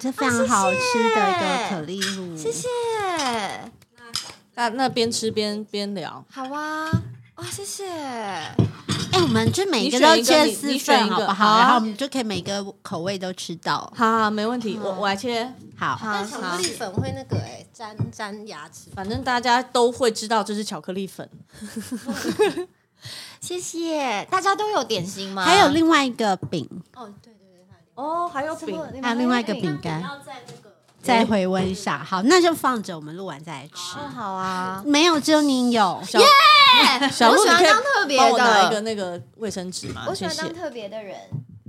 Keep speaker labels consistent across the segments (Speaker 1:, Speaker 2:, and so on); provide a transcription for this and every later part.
Speaker 1: 这非常好吃的一个可丽露，
Speaker 2: 谢谢。
Speaker 3: 那边吃边聊，
Speaker 2: 好啊，哇，谢谢。
Speaker 1: 我们就每个都切4份好不好？
Speaker 3: 好啊，
Speaker 1: 然后我们就可以每个口味都吃到。
Speaker 3: 好，没问题，我来切。
Speaker 1: 好，
Speaker 4: 但巧克力粉会那个粘牙齿，
Speaker 3: 反正大家都会知道这是巧克力粉。
Speaker 2: 谢谢，大家都有点心吗？
Speaker 1: 还有另外一个饼，
Speaker 4: 对，
Speaker 3: 还有饼，
Speaker 1: 还有另外一个饼干，再回温一下。好，那就放着，我们录完再来吃。
Speaker 2: 好啊，
Speaker 1: 没有，只有你有。
Speaker 3: 小鹿，你可以
Speaker 2: 当特别
Speaker 3: 帮我拿一个
Speaker 2: 的，
Speaker 3: 那个卫生纸吗？
Speaker 2: 我喜欢
Speaker 3: 谢谢。
Speaker 2: 当特别的人。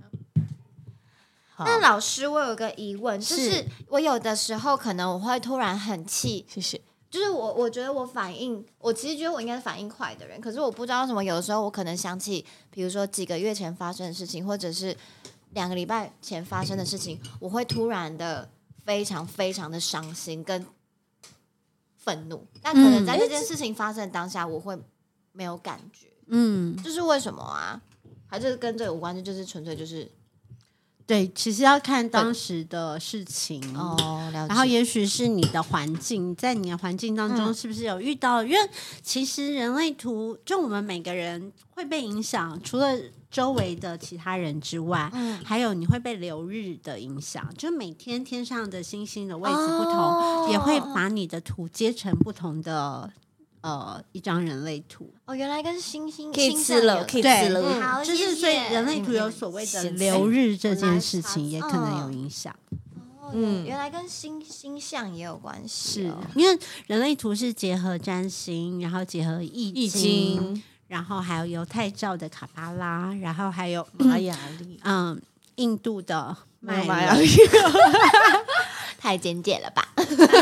Speaker 3: 好
Speaker 2: 那老师，我有个疑问，就是我有的时候可能我会突然很气，
Speaker 3: 谢谢。
Speaker 2: 就是我觉得我反应，我其实觉得我应该是反应快的人，可是我不知道为什么有的时候我可能想起，比如说几个月前发生的事情，或者是2个礼拜前发生的事情，我会突然的非常非常的伤心跟愤怒，但可能在这件事情发生的当下，我会没有感觉，这是为什么啊？还是跟这个无关？就是纯粹就是
Speaker 1: 对，其实要看当时的事情
Speaker 2: 哦，了解。
Speaker 1: 然后也许是你的环境，在你的环境当中是不是有遇到？因为其实人类图就我们每个人会被影响，除了周围的其他人之外，还有你会被流日的影响，就每天天上的星星的位置不同，也会把你的图接成不同的一张人类图。
Speaker 2: 原来跟星星
Speaker 3: 可以吃了，可以吃了。
Speaker 2: 好，
Speaker 1: 就是所以人类图有所谓的流日这件事情，也可能有影响。
Speaker 2: 原来跟星象也有关系，
Speaker 1: 是因为人类图是结合占星，然后结合易经，然后还有犹太教的卡巴拉，然后还有
Speaker 3: 玛雅历，
Speaker 1: 印度的
Speaker 3: 玛雅历，
Speaker 2: 太简简了吧？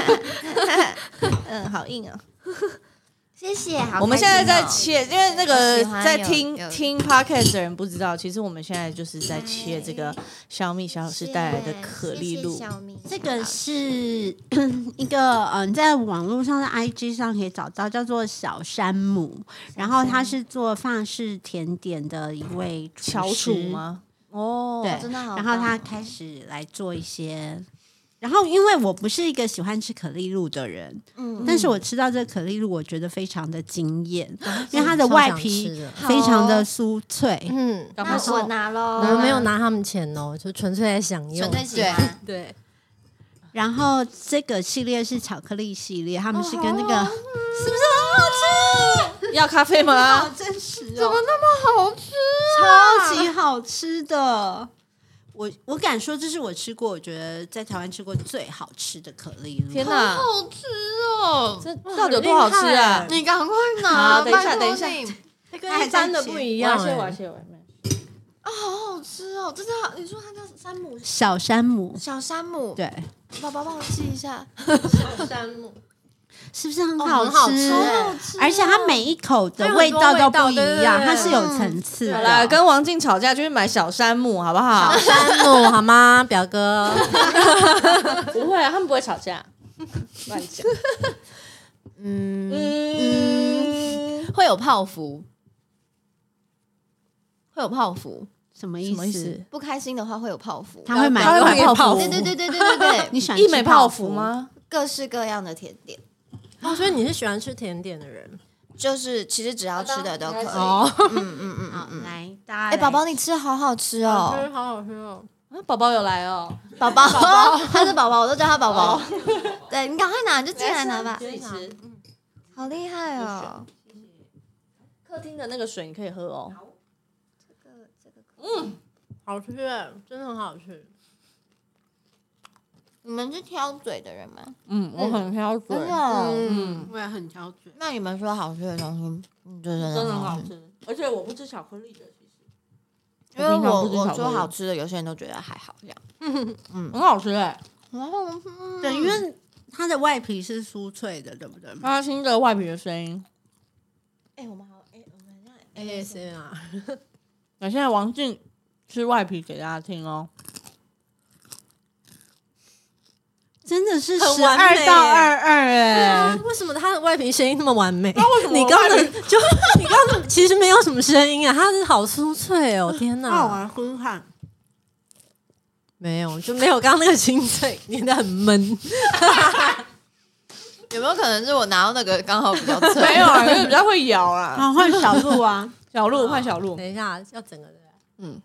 Speaker 3: 好硬啊！
Speaker 2: 谢谢。好，
Speaker 3: 我们现在在切，因为那个在
Speaker 2: 有
Speaker 3: 听 podcast 的人不知道，其实我们现在就是在切这个小米小老师带来的可丽露。
Speaker 1: 这个是一个你在网络上的 IG 上可以找到，叫做小山姆，然后他是做法式甜点的一位
Speaker 3: 翘楚吗？
Speaker 1: 对，
Speaker 2: 真的好。
Speaker 1: 然后他开始来做一些。然后，因为我不是一个喜欢吃可丽露的人，但是我吃到这个可丽露，我觉得非常的惊艳，因为它的外皮非常的酥脆。
Speaker 2: 那我拿咯，
Speaker 4: 我们没有拿他们钱哦，就纯粹在享用，
Speaker 2: 纯粹喜欢。
Speaker 4: 对。
Speaker 1: 然后这个系列是巧克力系列，他们是跟那个
Speaker 2: 是不是很好吃？
Speaker 3: 要咖啡吗？
Speaker 1: 好真实哦，
Speaker 2: 怎么那么好吃
Speaker 1: 超级好吃的。我敢说，这是我吃过，我觉得在台湾吃过最好吃的可丽露。
Speaker 3: 天哪，
Speaker 2: 好吃哦！
Speaker 3: 这到底有多好吃啊？
Speaker 2: 你赶快拿！
Speaker 3: 好，等一下，
Speaker 4: 它跟一般的不一样。
Speaker 3: 我要切。
Speaker 2: 好好吃哦！这是你说它叫山姆？
Speaker 1: 小山姆，
Speaker 2: 小山姆。
Speaker 1: 对，
Speaker 2: 宝宝帮我记一下。
Speaker 4: 小山姆
Speaker 1: 是不是很好吃？而且它每一口的味道都不一样，它是有层次的。
Speaker 3: 好啦，跟王静吵架就去买小山姆，好不好？
Speaker 4: 小山姆好吗，表哥？
Speaker 3: 不会啊，他们不会吵架，乱讲。
Speaker 2: 会有泡芙，会有泡芙，
Speaker 1: 什么意思？
Speaker 2: 不开心的话会有泡芙，
Speaker 1: 他会买泡芙。
Speaker 2: 对，
Speaker 1: 你喜欢
Speaker 3: 一美泡芙吗？
Speaker 2: 各式各样的甜点。
Speaker 4: 所以你是喜欢吃甜点的人，
Speaker 2: 就是其实只要吃的都可以。
Speaker 1: 好，来，大家，
Speaker 2: 宝宝你吃好好吃哦，
Speaker 4: 好好吃哦。
Speaker 3: 宝宝有来哦，
Speaker 2: 宝宝，他是宝宝，我都叫他宝宝。对你赶快拿，你就进来拿吧。
Speaker 3: 自己吃，
Speaker 2: 好厉害哦！
Speaker 3: 客厅的那个水你可以喝哦。
Speaker 4: 好吃，真的很好吃。
Speaker 2: 你们是挑嘴的人吗？
Speaker 3: 我很挑嘴，
Speaker 1: 我也很挑嘴。
Speaker 2: 那你们说好吃的东西，真的
Speaker 3: 很好吃。而且我不吃巧克力的，其实
Speaker 2: 因为我说好吃的，有些人都觉得还好，这样。
Speaker 3: 很好吃哎。
Speaker 1: 对，因为它的外皮是酥脆的，对不对？
Speaker 3: 他新的外皮的声音。
Speaker 2: 我们好，我们像
Speaker 4: ASMR。
Speaker 3: 那现在王静吃外皮给大家听哦。
Speaker 1: 真的是
Speaker 4: 很完美
Speaker 1: 12到22哎！
Speaker 4: 为什么他的外皮声音那么完美？
Speaker 3: 为什么
Speaker 4: 你刚刚其实没有什么声音啊，它是好酥脆哦！天哪，
Speaker 1: 那我来喝看。
Speaker 4: 没有，就没有刚刚那个清脆，黏得很闷。
Speaker 2: 有没有可能是我拿到那个刚好比较脆？
Speaker 3: 没有啊，因为比较会咬啦。
Speaker 1: 啊，换小鹿啊，
Speaker 3: 小鹿换小鹿，
Speaker 4: 等一下，要整个对不对？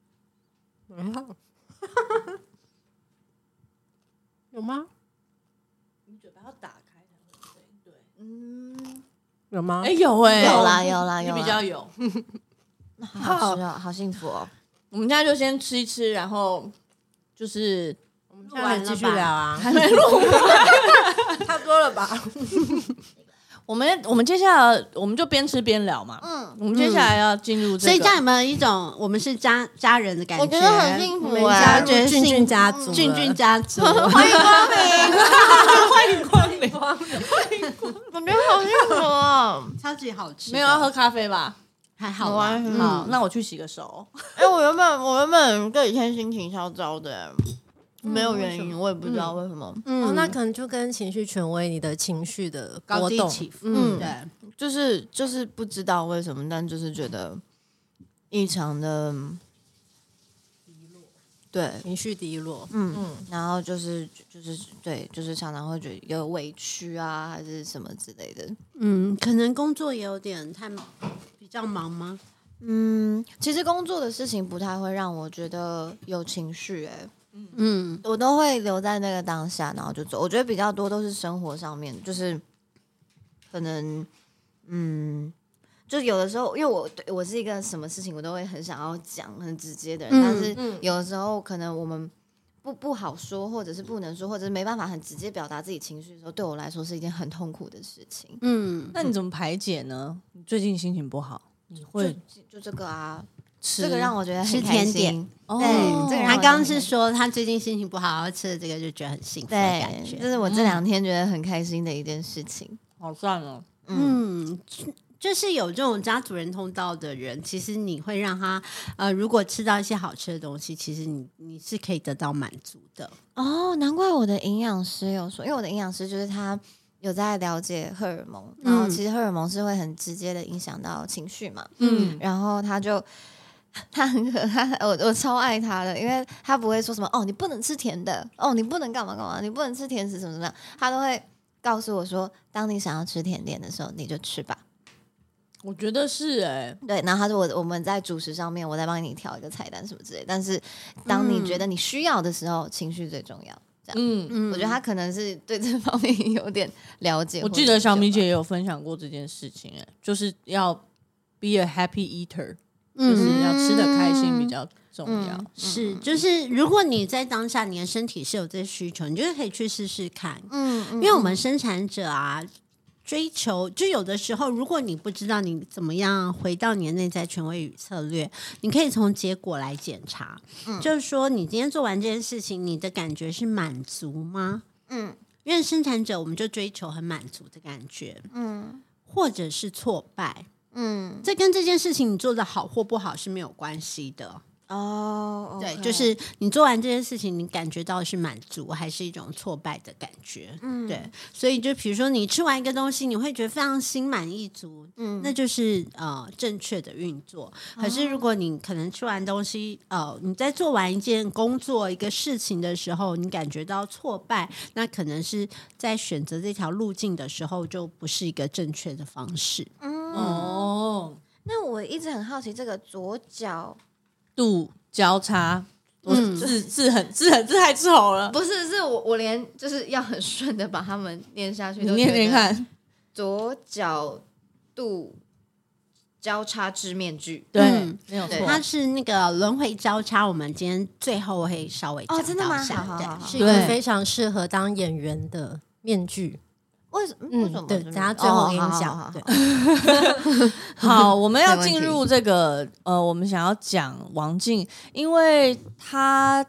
Speaker 4: 有吗？
Speaker 3: 你嘴巴要打开才会对。
Speaker 4: 有吗？
Speaker 3: 哎，有哎，
Speaker 2: 有啦有啦有啦，
Speaker 3: 你比较有。
Speaker 2: 好吃哦，好幸福哦。
Speaker 3: 我们现在就先吃一吃，然后就是
Speaker 4: 我们现在继续聊啊，
Speaker 3: 还没录。
Speaker 4: 差不多了吧？
Speaker 3: 我们接下来我们就边吃边聊嘛。我们接下来要进入这个，
Speaker 1: 所以这样有没有一种我们是家人的感觉？
Speaker 2: 我觉得很幸福
Speaker 4: 我们
Speaker 2: 哎，
Speaker 4: 家俊俊家族了，
Speaker 1: 俊俊家族，
Speaker 2: 欢迎光临，
Speaker 3: 欢迎光临。
Speaker 2: 我觉得好幸福哦。
Speaker 1: 超级好吃的。
Speaker 3: 没有要喝咖啡吧？
Speaker 1: 还好吧？
Speaker 3: 好，那我去洗个手。
Speaker 2: 哎，我原本这几天心情超糟的，没有原因，我也不知道为什么。
Speaker 4: 哦，那可能就跟情绪权威，你的情绪的
Speaker 1: 高
Speaker 4: 波动，
Speaker 1: 低起伏，
Speaker 2: 嗯
Speaker 1: 对，
Speaker 2: 就是不知道为什么，但就是觉得异常的低落，对，
Speaker 4: 情绪低落。
Speaker 2: 然后就是对，就是常常会觉得有委屈啊，还是什么之类的。
Speaker 1: 可能工作也有点比较忙吗？
Speaker 2: 其实工作的事情不太会让我觉得有情绪、欸，
Speaker 1: 嗯，
Speaker 2: 我都会留在那个当下，然后就走。我觉得比较多都是生活上面，就是可能，就有的时候，因为我是一个什么事情我都会很想要讲很直接的人，但是有的时候可能我们不好说，或者是不能说，或者是没办法很直接表达自己情绪的时候，对我来说是一件很痛苦的事情。
Speaker 3: 那你怎么排解呢？你最近心情不好，你会
Speaker 2: 就这个啊，
Speaker 3: 吃
Speaker 2: 这个让我觉得很
Speaker 1: 吃
Speaker 2: 开心
Speaker 1: 甜点。
Speaker 3: 哦
Speaker 2: 对，这个让
Speaker 1: 他刚刚
Speaker 2: 我觉得很
Speaker 1: 是说他最近心情不好，然后吃了这个就觉得很幸福的感
Speaker 2: 对，
Speaker 1: 觉。
Speaker 2: 这是我这2天觉得很开心的一件事情。
Speaker 3: 好赞哦。
Speaker 1: 就是有这种家族人通道的人，其实你会让他如果吃到一些好吃的东西，其实你是可以得到满足的。
Speaker 2: 哦，难怪我的营养师有说，因为我的营养师就是他有在了解荷尔蒙，然后其实荷尔蒙是会很直接的影响到情绪嘛，然后他很可爱，我超爱他的，因为他不会说什么哦，你不能吃甜的，哦，你不能干嘛干嘛，你不能吃甜食什么什么样，他都会告诉我说，当你想要吃甜点的时候，你就吃吧。
Speaker 3: 我觉得是
Speaker 2: 对，然后他说我们在主食上面，我再帮你调一个菜单什么之类，但是当你觉得你需要的时候，情绪最重要。这样，我觉得他可能是对这方面有点了解。
Speaker 3: 我记得小米姐也有分享过这件事情，就是要 be a happy eater，就是要吃得开心比较重要。
Speaker 1: 是，就是如果你在当下你的身体是有这需求，你就可以去试试看。因为我们生产者啊。追求就有的时候，如果你不知道你怎么样回到你的内在权威与策略，你可以从结果来检查。就是说，你今天做完这件事情，你的感觉是满足吗？因为生产者我们就追求很满足的感觉，或者是挫败，这跟这件事情你做的好或不好是没有关系的。
Speaker 2: 哦，
Speaker 1: 对，就是你做完这件事情，你感觉到是满足，还是一种挫败的感觉？对，所以就比如说你吃完一个东西，你会觉得非常心满意足，那就是正确的运作。可是如果你可能吃完东西，你在做完一件工作、一个事情的时候，你感觉到挫败，那可能是在选择这条路径的时候，就不是一个正确的方式。
Speaker 2: 那我一直很好奇，这个左脚
Speaker 3: 度交叉，字太丑了。
Speaker 2: 不是，是我连就是要很顺的把它们念下去。
Speaker 3: 你念看，
Speaker 2: 左脚度交叉织面具，
Speaker 3: 对，没有错。
Speaker 1: 它是那个轮回交叉，我们今天最后会稍微讲
Speaker 2: 真的吗？
Speaker 1: 到一下，对，
Speaker 2: 好，
Speaker 4: 是一个非常适合当演员的面具。
Speaker 2: 为什么？
Speaker 4: 对，等下最后跟你讲。对，
Speaker 3: 好，我们要进入这个我们想要讲王静，因为他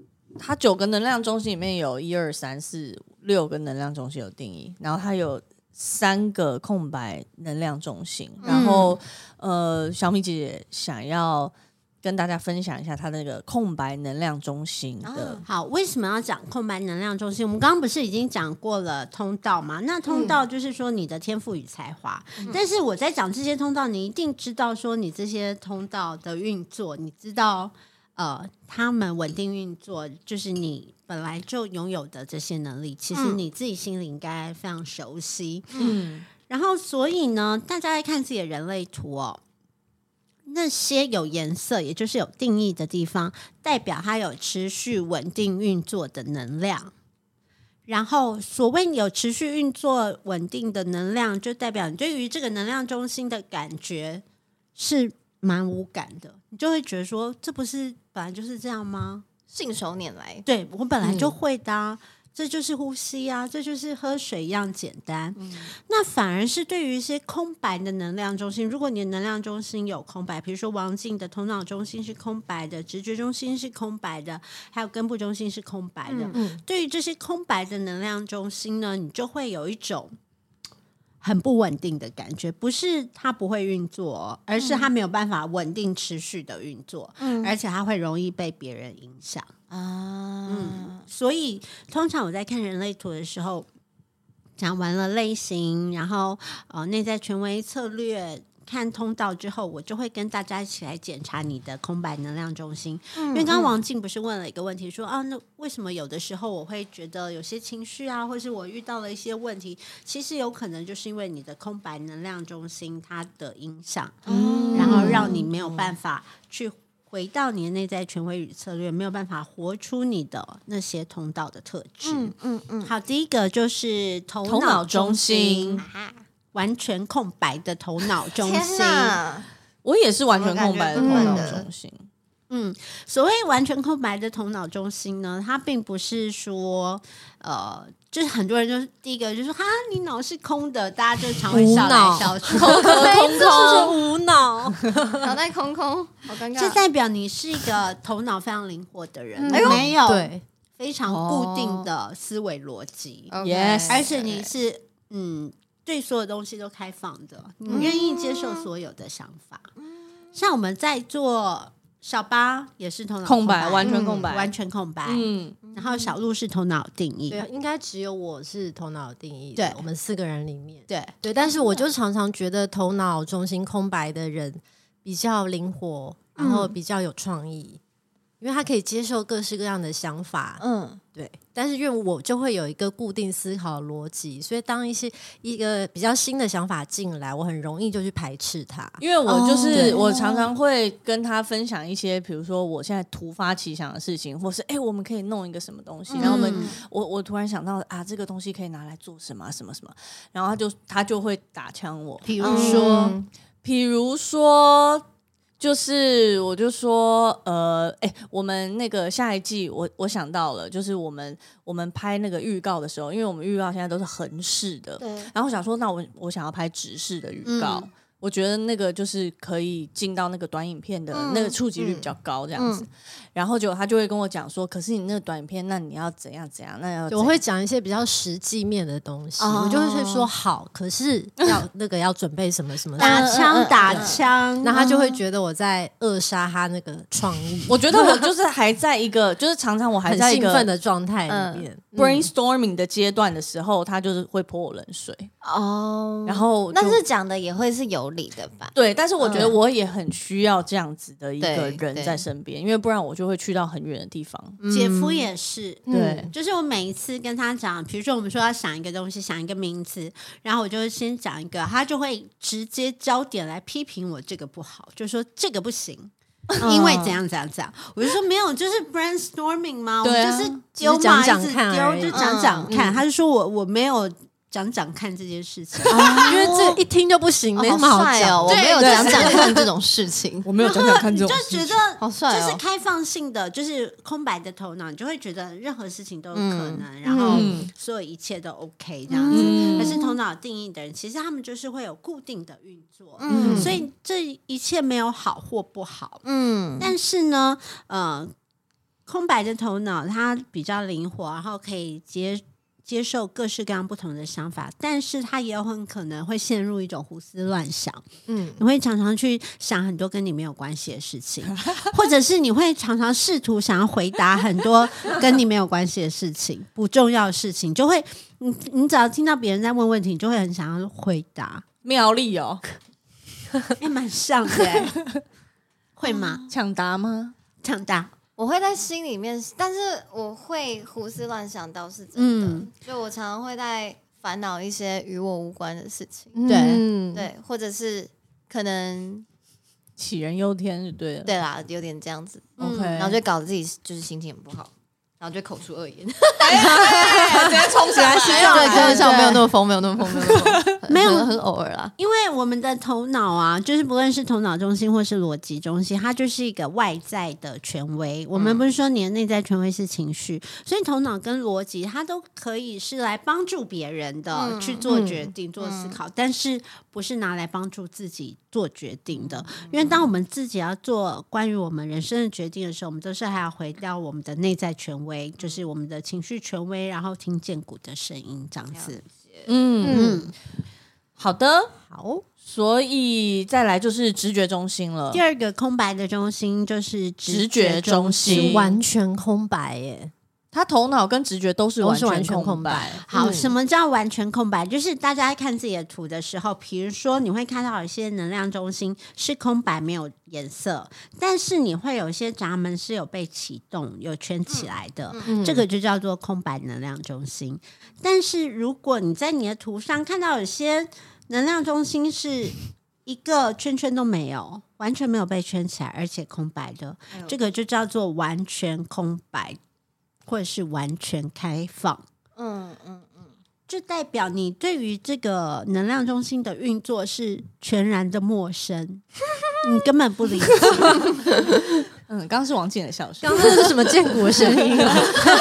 Speaker 3: 9个能量中心里面有1、2、3、4、6个能量中心有定义，然后他有3个空白能量中心，然后小米姐姐想要跟大家分享一下他的那个空白能量中心的。
Speaker 1: 好，为什么要讲空白能量中心？我们刚刚不是已经讲过了通道吗？那通道就是说你的天赋与才华，但是我在讲这些通道，你一定知道说你这些通道的运作，你知道他们稳定运作，就是你本来就拥有的这些能力，其实你自己心里应该非常熟悉。然后所以呢，大家在看自己的人类图那些有颜色，也就是有定义的地方，代表它有持续稳定运作的能量。然后所谓有持续运作稳定的能量，就代表你对于这个能量中心的感觉是蛮无感的，你就会觉得说这不是本来就是这样吗？
Speaker 2: 信手拈来，
Speaker 1: 对，我本来就会的这就是呼吸啊，这就是喝水一样简单。那反而是对于一些空白的能量中心，如果你的能量中心有空白，比如说王静的头脑中心是空白的，直觉中心是空白的，还有根部中心是空白的。对于这些空白的能量中心呢，你就会有一种很不稳定的感觉，不是它不会运作，而是它没有办法稳定持续的运作，而且它会容易被别人影响所以通常我在看人类图的时候，讲完了类型，然后内在权威策略，看通道之后，我就会跟大家一起来检查你的空白能量中心。因为刚刚王静不是问了一个问题说那为什么有的时候我会觉得有些情绪啊，或是我遇到了一些问题，其实有可能就是因为你的空白能量中心它的影响，然后让你没有办法去回到你的内在权威与策略，没有办法活出你的那些通道的特质。好，第一个就是头脑中心，完全空白的头脑中心。
Speaker 3: 我也是完全空白的头脑中心。
Speaker 1: 所谓完全空白的头脑中心呢，它并不是说就是很多人就是第一个就说你脑是空的，大家就常会笑来笑去，
Speaker 4: 空空无脑，
Speaker 2: 脑袋空空，好尴尬。
Speaker 1: 这代表你是一个头脑非常灵活的人，
Speaker 4: 没有对
Speaker 1: 非常固定的思维逻辑
Speaker 3: ，yes，
Speaker 1: 而且你是对所有东西都开放的，你愿意接受所有的想法。像我们在做小八也是头脑
Speaker 3: 空白，完全空白，
Speaker 1: 完全空白。然后小鹿是头脑定义，
Speaker 4: 对，应该只有我是头脑定义的。
Speaker 1: 对，
Speaker 4: 我们4个人里面，
Speaker 1: 对，
Speaker 4: 但是我就常常觉得头脑中心空白的人比较灵活，然后比较有创意，因为他可以接受各式各样的想法。对。但是因为我就会有一个固定思考的逻辑，所以当一个比较新的想法进来，我很容易就去排斥它。
Speaker 3: 因为我就是我常常会跟他分享一些，比如说我现在突发奇想的事情，或是我们可以弄一个什么东西，然后我突然想到这个东西可以拿来做什么什么什么，然后他就会打枪我，
Speaker 1: 比
Speaker 3: 如说。就是我就说我们那个下一季我想到了，就是我们拍那个预告的时候，因为我们预告现在都是横式的，对，然后想说那我想要拍直式的预告，我觉得那个就是可以进到那个短影片的那个触及率比较高这样子，然后他就会跟我讲说，可是你那个短影片，那你要怎样怎样，那要
Speaker 4: 我会讲一些比较实际面的东西，我就会说好，可是要准备什么什么
Speaker 1: 打枪，
Speaker 4: 那他就会觉得我在扼杀他那个创意。
Speaker 3: 我觉得我就是还在一个，就是常常我还在一个
Speaker 4: 很兴奋的状态里面
Speaker 3: brainstorming 的阶段的时候，他就是会泼我冷水然后
Speaker 2: 但是讲的也会是有理的吧？
Speaker 3: 对，但是我觉得我也很需要这样子的一个人在身边，因为不然我就会去到很远的地方。
Speaker 1: 姐夫也是，
Speaker 3: 对，
Speaker 1: 就是我每一次跟他讲，比如说我们说要想一个东西，想一个名词，然后我就先讲一个，他就会直接焦点来批评我这个不好，就说这个不行。因为怎样怎样怎样，我就说没有，就是 brainstorming 嘛，我就是丢嘛，
Speaker 4: 讲看而已，
Speaker 1: 就讲看。他就说我没有讲看这件事情，
Speaker 4: 因为这一听就不行，没什么好讲。
Speaker 2: 我没有讲看这种事情，
Speaker 3: 我没有讲看这种事情，
Speaker 1: 就觉得
Speaker 2: 好帅
Speaker 1: 就是开放性的，就是空白的头脑，你就会觉得任何事情都有可能，然后所有一切都 OK 这样子。可是头脑定义的人，其实他们就是会有固定的运作，所以这一切没有好或不好。但是呢，空白的头脑它比较灵活，然后可以接受各式各样不同的想法，但是他也有很可能会陷入一种胡思乱想。你会常常去想很多跟你没有关系的事情，或者是你会常常试图想要回答很多跟你没有关系的事情、不重要的事情，就会你只要听到别人在问问题，你就会很想要回答。
Speaker 3: 妙丽哦，
Speaker 1: 蛮像的会吗？
Speaker 3: 抢答吗？
Speaker 1: 强大。
Speaker 2: 我会在心里面，但是我会胡思乱想，倒是真的。就我常常会在烦恼一些与我无关的事情，对，或者是可能
Speaker 3: 杞人忧天就对了。
Speaker 2: 对啦，有点这样子。
Speaker 3: OK，
Speaker 2: 然后就搞得自己就是心情很不好，然后就口出恶言，直
Speaker 3: 接冲上来。
Speaker 2: 对，开玩笑，没有那么疯，没有那么疯，
Speaker 1: 没有
Speaker 2: 很偶尔啦。
Speaker 1: 因为我们的头脑啊，就是不论是头脑中心或是逻辑中心，它就是一个外在的权威。我们不是说你的内在权威是情绪，所以头脑跟逻辑它都可以是来帮助别人的去做决定、做思考，但是不是拿来帮助自己做决定的。因为当我们自己要做关于我们人生的决定的时候，我们都是还要回到我们的内在权威，就是我们的情绪权威，然后听见骨的声音，这样子。
Speaker 3: 好的，
Speaker 1: 好，
Speaker 3: 所以再来就是直觉中心了。
Speaker 1: 第二个空白的中心就是
Speaker 3: 直觉中心，
Speaker 4: 完全空白耶。
Speaker 3: 他头脑跟直觉都是完全空白。
Speaker 1: 好，什么叫完全空白？就是大家看自己的图的时候，比如说你会看到有些能量中心是空白没有颜色，但是你会有些闸门是有被启动有圈起来的，这个就叫做空白能量中心。但是如果你在你的图上看到有些能量中心是一个圈圈都没有，完全没有被圈起来而且空白的，这个就叫做完全空白或者是完全开放。就代表你对于这个能量中心的运作是全然的陌生，你根本不理解。
Speaker 3: 刚刚是王静的笑声，
Speaker 4: 刚刚是什么剑骨的声音啊？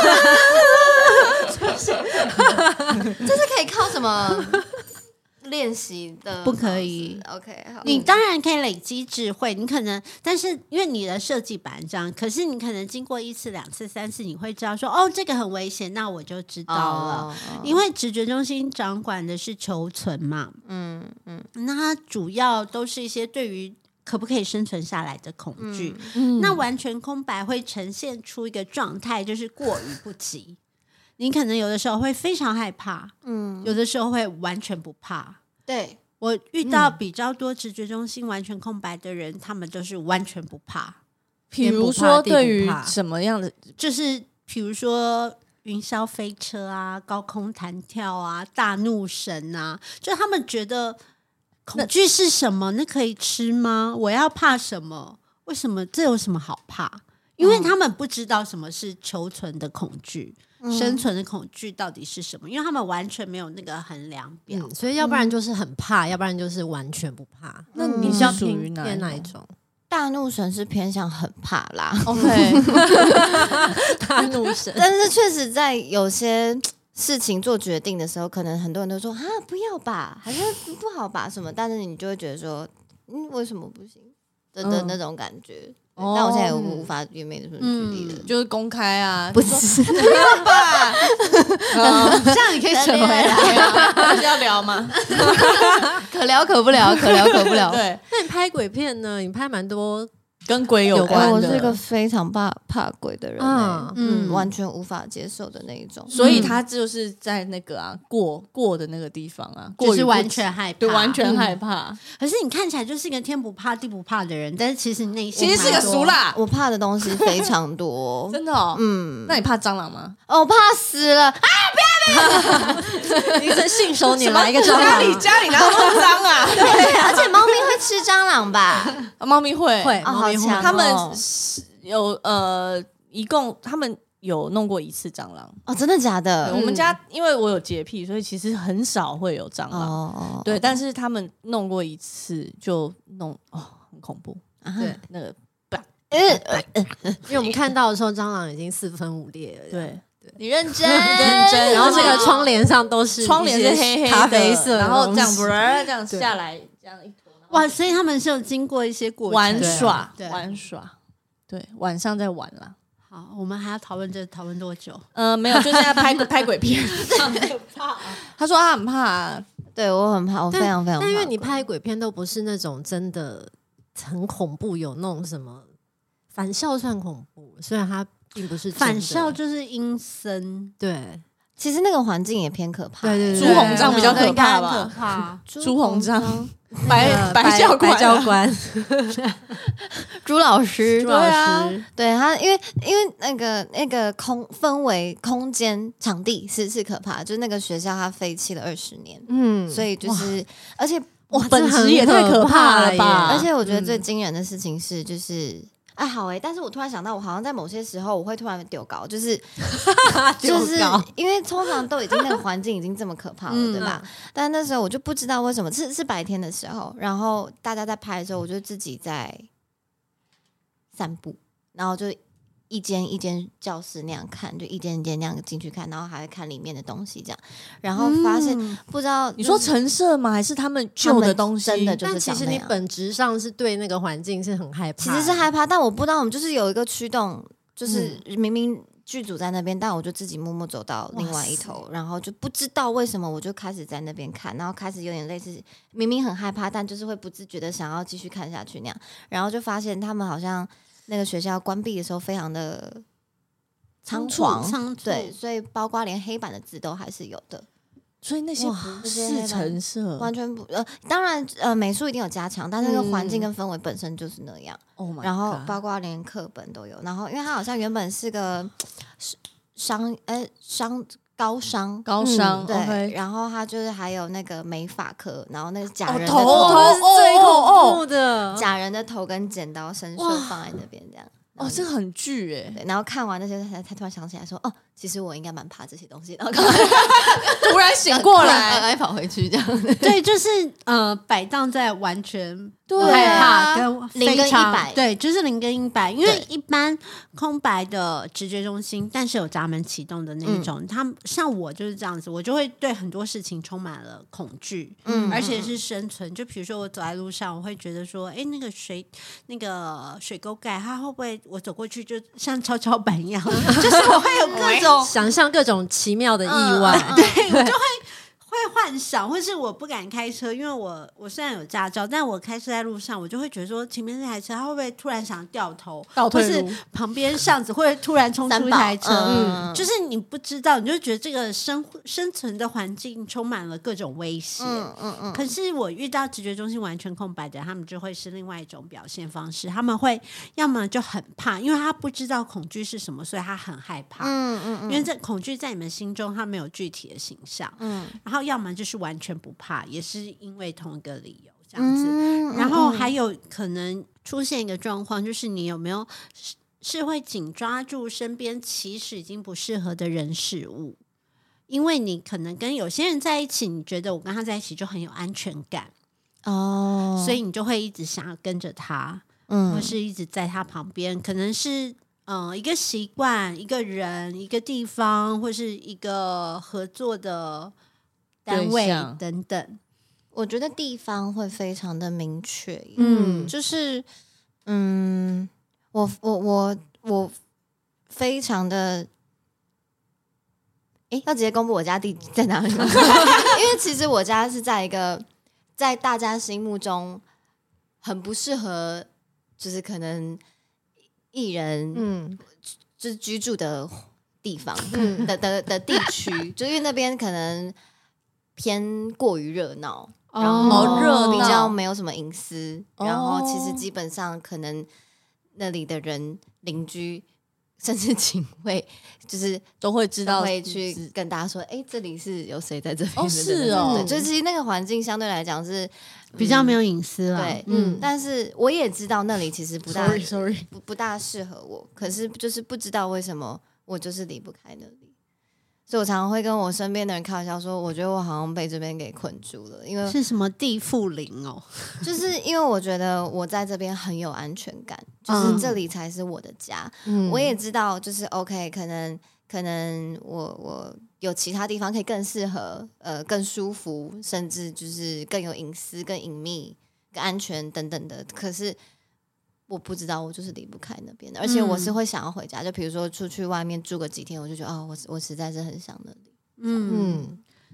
Speaker 2: 这是可以靠什么练习的？
Speaker 1: 不可以。
Speaker 2: OK， 好。
Speaker 1: 你当然可以累积智慧，你可能，但是因为你的设计版这样，可是你可能经过1次、2次、3次，你会知道说，哦，这个很危险，那我就知道了。因为直觉中心掌管的是求存嘛，那它主要都是一些对于可不可以生存下来的恐惧。那完全空白会呈现出一个状态，就是过于不及。你可能有的时候会非常害怕，有的时候会完全不怕。
Speaker 2: 对，
Speaker 1: 我遇到比较多直觉中心完全空白的人，他们都是完全不怕。
Speaker 3: 比如说对于什么样的，
Speaker 1: 就是比如说云霄飞车啊、高空弹跳啊、大怒神啊，就他们觉得恐惧是什么？那可以吃吗？我要怕什么？为什么这有什么好怕？因为他们不知道什么是求存的恐惧。生存的恐惧到底是什么？因为他们完全没有那个衡量表，
Speaker 4: 所以要不然就是很怕，要不然就是完全不怕。
Speaker 3: 那你是属于
Speaker 4: 哪一种？
Speaker 2: 大怒神是偏向很怕啦。
Speaker 3: OK，
Speaker 4: 大怒神，
Speaker 2: 但是确实在有些事情做决定的时候，可能很多人都说啊不要吧，还是不好吧什么，但是你就会觉得说，为什么不行的那种感觉。但我现在也无法也没什么举例了，
Speaker 3: 就是公开啊，
Speaker 2: 不是
Speaker 3: 不要吧？
Speaker 1: 这样你可以扯回来，
Speaker 3: 不是要聊吗？
Speaker 2: 可聊可不聊，可聊可不聊。
Speaker 3: 对，
Speaker 4: 那你拍鬼片呢？你拍蛮多
Speaker 3: 跟鬼有关的。
Speaker 2: 我是一个非常怕鬼的人，完全无法接受的那一种。
Speaker 3: 所以他就是在那个过的那个地方啊，
Speaker 1: 就是完全害怕，
Speaker 3: 对，完全害怕。
Speaker 1: 可是你看起来就是一个天不怕地不怕的人，但是其实内心
Speaker 3: 其实是个俗辣。
Speaker 2: 我怕的东西非常多，
Speaker 3: 真的哦。那你怕蟑螂吗？
Speaker 2: 我怕死了啊！不要！
Speaker 4: 你是信手拈来一个蟑螂，
Speaker 3: 家里哪有那么脏啊？
Speaker 2: 对，而且猫咪会吃蟑螂吧？
Speaker 3: 猫咪会，
Speaker 2: 好强。
Speaker 3: 他们有一共他们有弄过1次蟑螂
Speaker 2: 哦，真的假的？
Speaker 3: 我们家因为我有洁癖，所以其实很少会有蟑螂。对，但是他们弄过1次就弄很恐怖。对，那个
Speaker 4: 因为我们看到的时候，蟑螂已经4分5裂了。
Speaker 3: 对。
Speaker 2: 你认真，
Speaker 4: 然后这个窗帘上都是
Speaker 3: 窗帘是黑黑
Speaker 4: 咖啡色，
Speaker 3: 然后这样下来，这样一坨。
Speaker 1: 哇，所以他们是有经过一些过程
Speaker 3: 玩耍，对，晚上在玩啦。
Speaker 1: 好，我们还要讨论多久？
Speaker 3: 没有，就现在拍鬼片。他说他很怕，
Speaker 2: 对我很怕，我非常非常怕。
Speaker 4: 但因为你拍鬼片都不是那种真的很恐怖，有那种什么返校算恐怖，虽然它并不是
Speaker 1: 返校就是阴森，
Speaker 4: 对。
Speaker 2: 其实那个环境也偏可怕。
Speaker 4: 对，
Speaker 3: 朱鸿章比较可怕吧？
Speaker 1: 可怕。
Speaker 3: 朱鸿章、
Speaker 4: 白教官、
Speaker 2: 朱老师，
Speaker 4: 朱老师，
Speaker 2: 对他，因为那个氛围、空间、场地是可怕的，就是那个学校它废弃了20年，所以就是而且
Speaker 3: 本质也太可怕了吧！
Speaker 2: 而且我觉得最惊人的事情是，就是但是我突然想到，我好像在某些时候我会突然丢高，就是因为通常都已经那个环境已经这么可怕了，对吧？但那时候我就不知道为什么是白天的时候，然后大家在拍的时候，我就自己在散步，然后就一间一间教室那样看，就一间一间那样进去看，然后还会看里面的东西这样，然后发现不知道、
Speaker 3: 你说陈设吗？还是他们旧的东西？
Speaker 2: 真的就是
Speaker 4: 但其实你本质上是对那个环境是很害怕，
Speaker 2: 其实是害怕，但我不知道我们就是有一个驱动，就是明明剧组在那边，但我就自己默默走到另外一头，然后就不知道为什么我就开始在那边看，然后开始有点类似明明很害怕，但就是会不自觉的想要继续看下去那样，然后就发现他们好像那个学校关闭的时候非常的仓皇，对，所以包括连黑板的字都还是有的。
Speaker 3: 所以那些不是陈设，
Speaker 2: 完全不当然美术一定有加强，但是那个环境跟氛围本身就是那样。然后包括连课本都有，然后因为它好像原本是个高商，对，
Speaker 3: okay
Speaker 2: 然后它就是还有那个美发课，然后那个假人的
Speaker 4: 头
Speaker 2: 头
Speaker 4: 是最恐怖的，
Speaker 2: 假人的头跟剪刀伸手放在那边这样。
Speaker 3: 这个很巨对，
Speaker 2: 然后看完那些，他突然想起来说：“其实我应该蛮怕这些东西。”然后
Speaker 3: 突然醒过来，
Speaker 2: 跑回去这样。
Speaker 1: 对，就是摆荡在完全
Speaker 3: 对
Speaker 1: 害怕跟
Speaker 2: 0跟100，
Speaker 1: 对，就是0跟100。因为一般空白的直觉中心，但是有闸门启动的那一种，他像我就是这样子，我就会对很多事情充满了恐惧，而且是生存。就比如说我走在路上，我会觉得说，那个水沟盖，它会不会我走过去就像跷跷板一样，就是我会有各种
Speaker 4: 想象各种奇妙的意外，
Speaker 1: 对我就会幻想，或是我不敢开车，因为我虽然有驾照，但我开车在路上，我就会觉得说前面那台车，它会不会突然想掉头，或是旁边巷子会突然冲出一台车，就是你不知道，你就觉得这个生存的环境充满了各种威胁。可是我遇到直觉中心完全空白的人，他们就会是另外一种表现方式，他们会要么就很怕，因为他不知道恐惧是什么，所以他很害怕。因为这恐惧在你们心中，它没有具体的形象。然后要么就是完全不怕，也是因为同一个理由这样子。然后还有可能出现一个状况，就是你有没有是会紧抓住身边其实已经不适合的人事物，因为你可能跟有些人在一起，你觉得我跟他在一起就很有安全感所以你就会一直想要跟着他，或是一直在他旁边，可能是一个习惯、一个人、一个地方，或是一个合作的单位等等。
Speaker 2: 我觉得地方会非常的明确，就是我非常的要直接公布我家地在哪里吗？因为其实我家是在一个在大家心目中很不适合，就是可能艺人就是居住的地方的地区，就因为那边可能偏过于热闹，然后比较没有什么隐私，然后其实基本上可能那里的人邻居甚至警卫就是
Speaker 3: 都会知道，
Speaker 2: 会去跟大家说，这里是有谁在这边的，
Speaker 3: 是哦，
Speaker 2: 就其实那个环境相对来讲是
Speaker 1: 比较没有隐私啦。
Speaker 2: 对，但是我也知道那里其实不大适合我，可是就是不知道为什么我就是离不开那里。所以我常常会跟我身边的人开玩笑说，我觉得我好像被这边给困住了，因为
Speaker 1: 是什么地缚灵哦，
Speaker 2: 就是因为我觉得我在这边很有安全感，就是这里才是我的家。我也知道，就是 OK， 可能我有其他地方可以更适合，更舒服，甚至就是更有隐私、更隐秘、更安全等等的。可是我不知道，我就是离不开那边的，而且我是会想要回家。就比如说出去外面住个几天，我就觉得我实在是很想那里。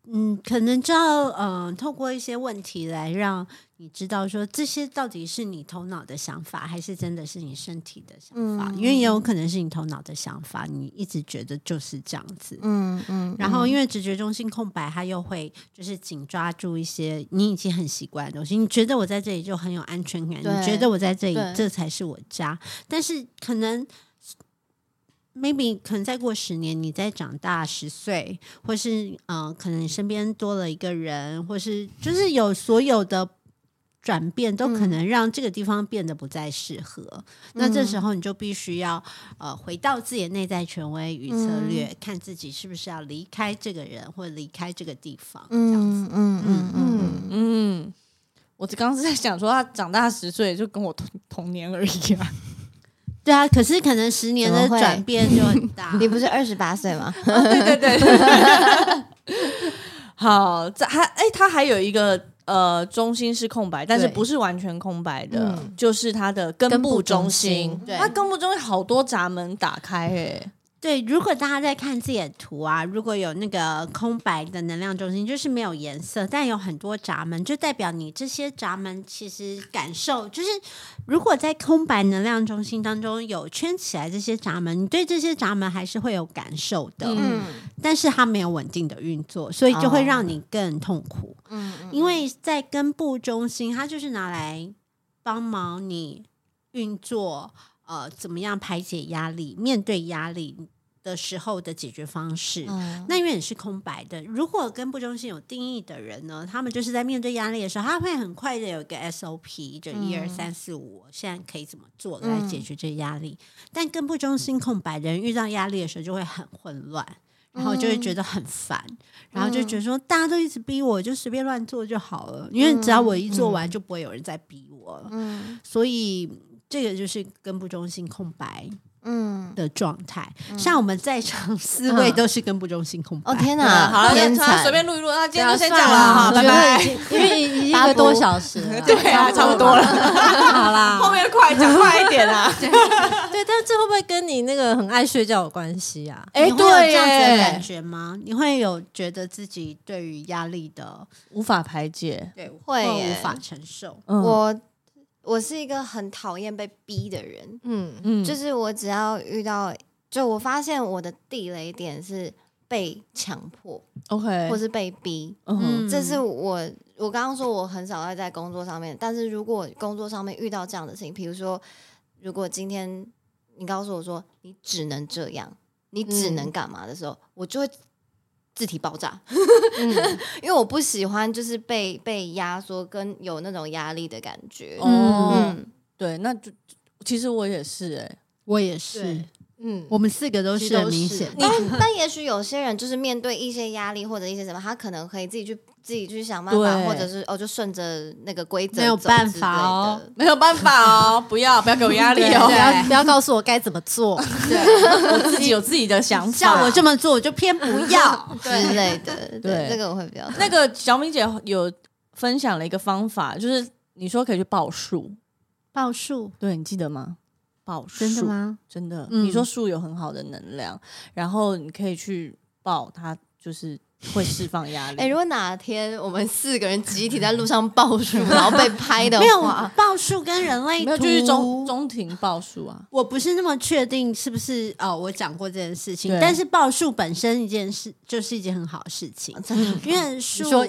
Speaker 1: 可能就要透过一些问题来让你知道说这些到底是你头脑的想法，还是真的是你身体的想法？因为也有可能是你头脑的想法，你一直觉得就是这样子。然后因为直觉中心空白，它又会就是紧抓住一些你已经很习惯的东西，你觉得我在这里就很有安全感，你觉得我在这里这才是我家，但是可能。maybe 可能再过10年，你再长大10岁，或是可能你身边多了一个人，或是就是有所有的转变，都可能让这个地方变得不再适合。那这时候你就必须要回到自己的内在权威与策略，看自己是不是要离开这个人，或离开这个地方。这样子。
Speaker 3: 我刚刚是在想说，他长大10岁就跟我同年而已啊。
Speaker 1: 对啊，可是可能10年的转变就很大。
Speaker 2: 你不是28岁吗？
Speaker 3: 对。好，它还有一个中心是空白，但是不是完全空白的，就是它的根部中心。它根部中心好多闸门打开
Speaker 1: 对，如果大家在看自己的图啊，如果有那个空白的能量中心，就是没有颜色，但有很多闸门，就代表你这些闸门其实感受就是，如果在空白能量中心当中有圈起来这些闸门，你对这些闸门还是会有感受的，但是它没有稳定的运作，所以就会让你更痛苦。因为在根部中心，它就是拿来帮忙你运作。怎么样排解压力？面对压力的时候的解决方式，那因为你是空白的。如果根部中心有定义的人呢，他们就是在面对压力的时候，他会很快的有一个 SOP， 就1、2、3、4、5，现在可以怎么做来解决这压力？但根部中心空白的人遇到压力的时候就会很混乱，然后就会觉得很烦，然后就觉得说大家都一直逼我，就随便乱做就好了，因为只要我一做完，就不会有人再逼我了。所以。这个就是根部中心空白的状态，像我们在场4位都是根部中心空白。
Speaker 2: 哦天哪，
Speaker 3: 好了，
Speaker 2: 天才，
Speaker 3: 随便录一录，那今天就先讲了哈，拜拜。
Speaker 4: 因为已经1个多小时了，
Speaker 3: 对啊，差不多了。
Speaker 4: 好啦，
Speaker 3: 后面讲快一点啊。
Speaker 4: 对，但这会不会跟你那个很爱睡觉有关系啊？
Speaker 1: 你会有这样子的感觉吗？你会有觉得自己对于压力的
Speaker 3: 无法排解，
Speaker 1: 对，
Speaker 2: 会
Speaker 1: 无法承受。
Speaker 2: 我是一个很讨厌被逼的人，就是我只要遇到，就我发现我的地雷点是被强迫
Speaker 3: ，OK，
Speaker 2: 或是被逼，这是我刚刚说我很少在工作上面，但是如果工作上面遇到这样的事情，比如说，如果今天你告诉我说你只能这样，你只能干嘛的时候，我就会自体爆炸，因为我不喜欢就是被压缩跟有那种压力的感觉。
Speaker 3: 对，那就其实我也是
Speaker 1: 我也是，我们4个都是很明显。
Speaker 2: 但也许有些人就是面对一些压力或者一些什么，他可能可以自己去想办法，或者是就顺着那个规则，
Speaker 1: 没有办法哦，
Speaker 3: 没有办法哦，不要给我压力哦，
Speaker 4: 不要告诉我该怎么做，
Speaker 3: 我自己有自己的想法，
Speaker 1: 叫我这么做我就偏不要
Speaker 2: 之类的。对，这个我会比较
Speaker 3: 那个小敏姐有分享了一个方法，就是你说可以去报数，对，你记得吗？报数
Speaker 1: 真的吗？
Speaker 3: 真的，你说数有很好的能量，然后你可以去报它，就是会释放压力。
Speaker 2: 如果哪天我们4个人集体在路上报数，然后被拍的话，
Speaker 1: 没有报数跟人类图，
Speaker 3: 没有就是中庭报数啊。
Speaker 1: 我不是那么确定是不是我讲过这件事情，但是报数本身一件事就是一件很好的事情，因为数
Speaker 4: 说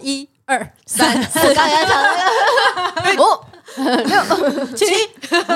Speaker 4: 1、2、3、4，
Speaker 2: 我刚才讲那个5、6、7、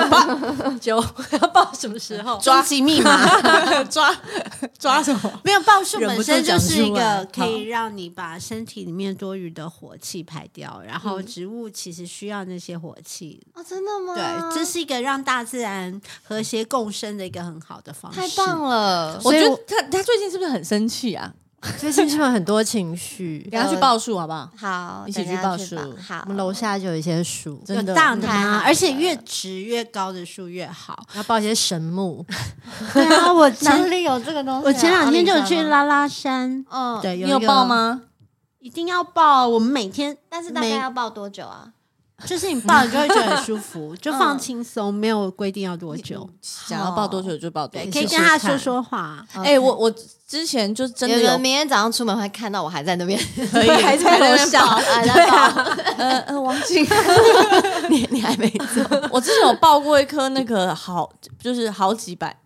Speaker 4: 8、9，要报什么时候？
Speaker 1: 抓起密码，
Speaker 3: 抓什么？
Speaker 1: 没有，报数本身就是一个可以让你把身体里面多余的火气排掉，然后植物其实需要那些火气。
Speaker 2: 真的吗？
Speaker 1: 对，这是一个让大自然和谐共生的一个很好的方式。
Speaker 2: 太棒了！
Speaker 3: 我觉得他最近是不是很生气啊？
Speaker 4: 最近是不是很多情绪？
Speaker 3: 给他去报数好不好？
Speaker 2: 好，
Speaker 3: 一起去报数。
Speaker 2: 好，
Speaker 4: 我们楼下就有一些树，
Speaker 1: 有大的吗？而且越直越高的树越好。
Speaker 4: 要报一些神木。
Speaker 1: 对啊，我
Speaker 2: 哪里有这个东西？
Speaker 1: 我前2天就有去拉拉山。对，
Speaker 3: 你有报吗？
Speaker 1: 一定要报。我们每天，
Speaker 2: 但是大概要报多久啊？
Speaker 1: 就是你抱了就会觉得很舒服，就放轻松，没有规定要多久，
Speaker 3: 想要抱多久就抱多久，
Speaker 1: 可以跟他说说话。
Speaker 3: 我之前就真的
Speaker 2: 有人明天早上出门会看到我还在那边，
Speaker 3: 可以
Speaker 1: 还在楼下，
Speaker 2: 还在抱。
Speaker 3: 王静，
Speaker 2: 你还没做。
Speaker 3: 我之前有抱过一棵那个就是好几百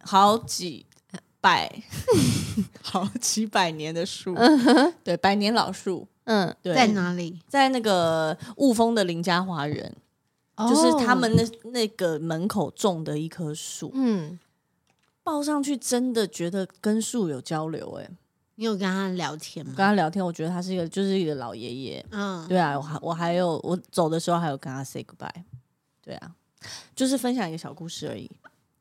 Speaker 3: 年的树，对，百年老树。对，
Speaker 1: 在哪里？
Speaker 3: 在那个雾峰的林家花园，就是他们那个门口种的一棵树。抱上去真的觉得跟树有交流。
Speaker 1: 你有跟他聊天吗？
Speaker 3: 跟他聊天，我觉得他是就是一个老爷爷。对啊，我走的时候还有跟他 say goodbye。对啊，就是分享一个小故事而已。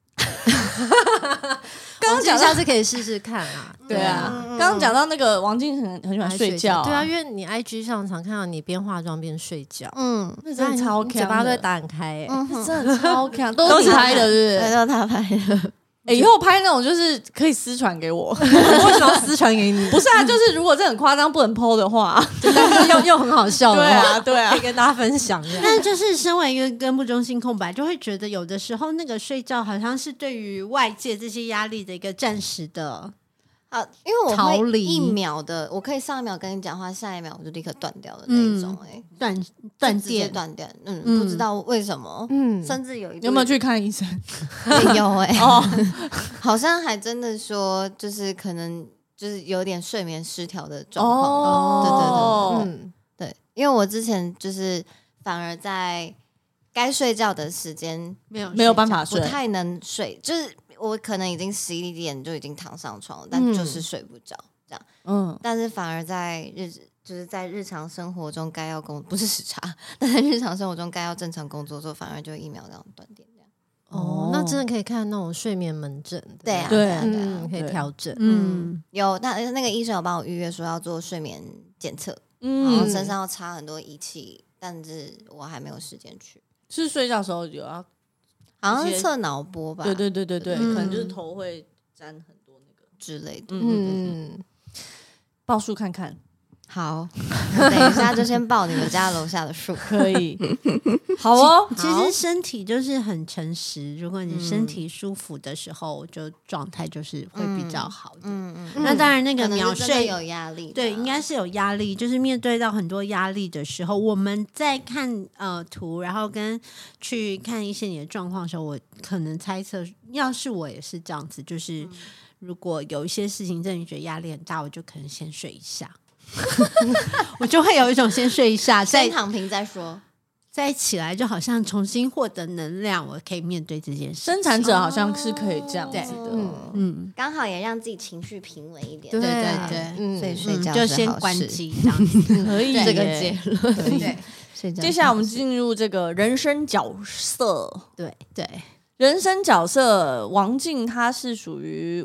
Speaker 4: 刚刚下次可以试试看啊。
Speaker 3: 对啊，刚刚讲到那个王静很喜欢睡觉。
Speaker 4: 对啊，因为你 IG 上常看到你边化妆边睡觉。
Speaker 3: 那真的超强，
Speaker 4: 嘴巴都会打很开。
Speaker 3: 真的超强，都是拍的，是不是？
Speaker 2: 都是他拍的。
Speaker 3: 以后拍那种就是可以私传给我。
Speaker 4: 为什么要私传给你？
Speaker 3: 不是啊，就是如果这很夸张不能 po 的话，
Speaker 4: 但是又很好笑的话，
Speaker 3: 对啊，
Speaker 4: 可以跟大家分享一下。
Speaker 1: 但就是身为一个根部中心空白，就会觉得有的时候那个睡觉好像是对于外界这些压力的一个暂时的。
Speaker 2: 因为我会
Speaker 1: 逃离
Speaker 2: 1秒的，我可以上一秒跟你讲话，下一秒我就立刻断掉的那一种。
Speaker 1: 断
Speaker 2: 直接
Speaker 1: 电，
Speaker 2: 断掉。不知道为什么。甚至有
Speaker 3: 有没有去看医生？
Speaker 2: 有好像还真的说，就是可能就是有点睡眠失调的状况。对，因为我之前就是反而在该睡觉的时间
Speaker 3: 没有办法睡，
Speaker 2: 不太能睡，就是我可能已经11点就已经躺上床了，但就是睡不着这样。但是反而在就是在日常生活中该要不是时差，但在日常生活中该要正常工作的时候，反而就1秒这样断电这样。
Speaker 4: 那真的可以看那种睡眠门诊。
Speaker 2: 对啊，
Speaker 4: 可以调整。
Speaker 2: 有那个医生有帮我预约说要做睡眠检测，然后身上要插很多仪器，但是我还没有时间去。
Speaker 3: 是睡觉的时候有要，
Speaker 2: 好像是测脑波吧？
Speaker 3: 对，可能就是头会沾很多那个
Speaker 2: 之类的。
Speaker 3: 报数看看。
Speaker 2: 好，等一下就先报你们家楼下的树。
Speaker 3: 可以。好哦。
Speaker 1: 其实身体就是很诚实，如果你身体舒服的时候，就状态就是会比较好的。那当然，那个秒睡
Speaker 2: 有压力，
Speaker 1: 对，应该是有压力。就是面对到很多压力的时候，我们在看图，然后跟去看一些你的状况的时候，我可能猜测，要是我也是这样子，就是如果有一些事情真的觉得压力很大，我就可能先睡一下。我就会有一种先睡一下，
Speaker 2: 先躺平再说，
Speaker 1: 再起来，就好像重新获得能量，我可以面对这件事。
Speaker 3: 生产者好像是可以这样子的，
Speaker 2: 刚好也让自己情绪平稳一点。
Speaker 1: 对，
Speaker 2: 所以睡觉
Speaker 1: 就先关机，这样子
Speaker 3: 可以
Speaker 2: 这个结论。
Speaker 1: 对，
Speaker 2: 睡觉。
Speaker 3: 接下来我们进入这个人生角色，
Speaker 1: 对，
Speaker 3: 人生角色，王静她是属于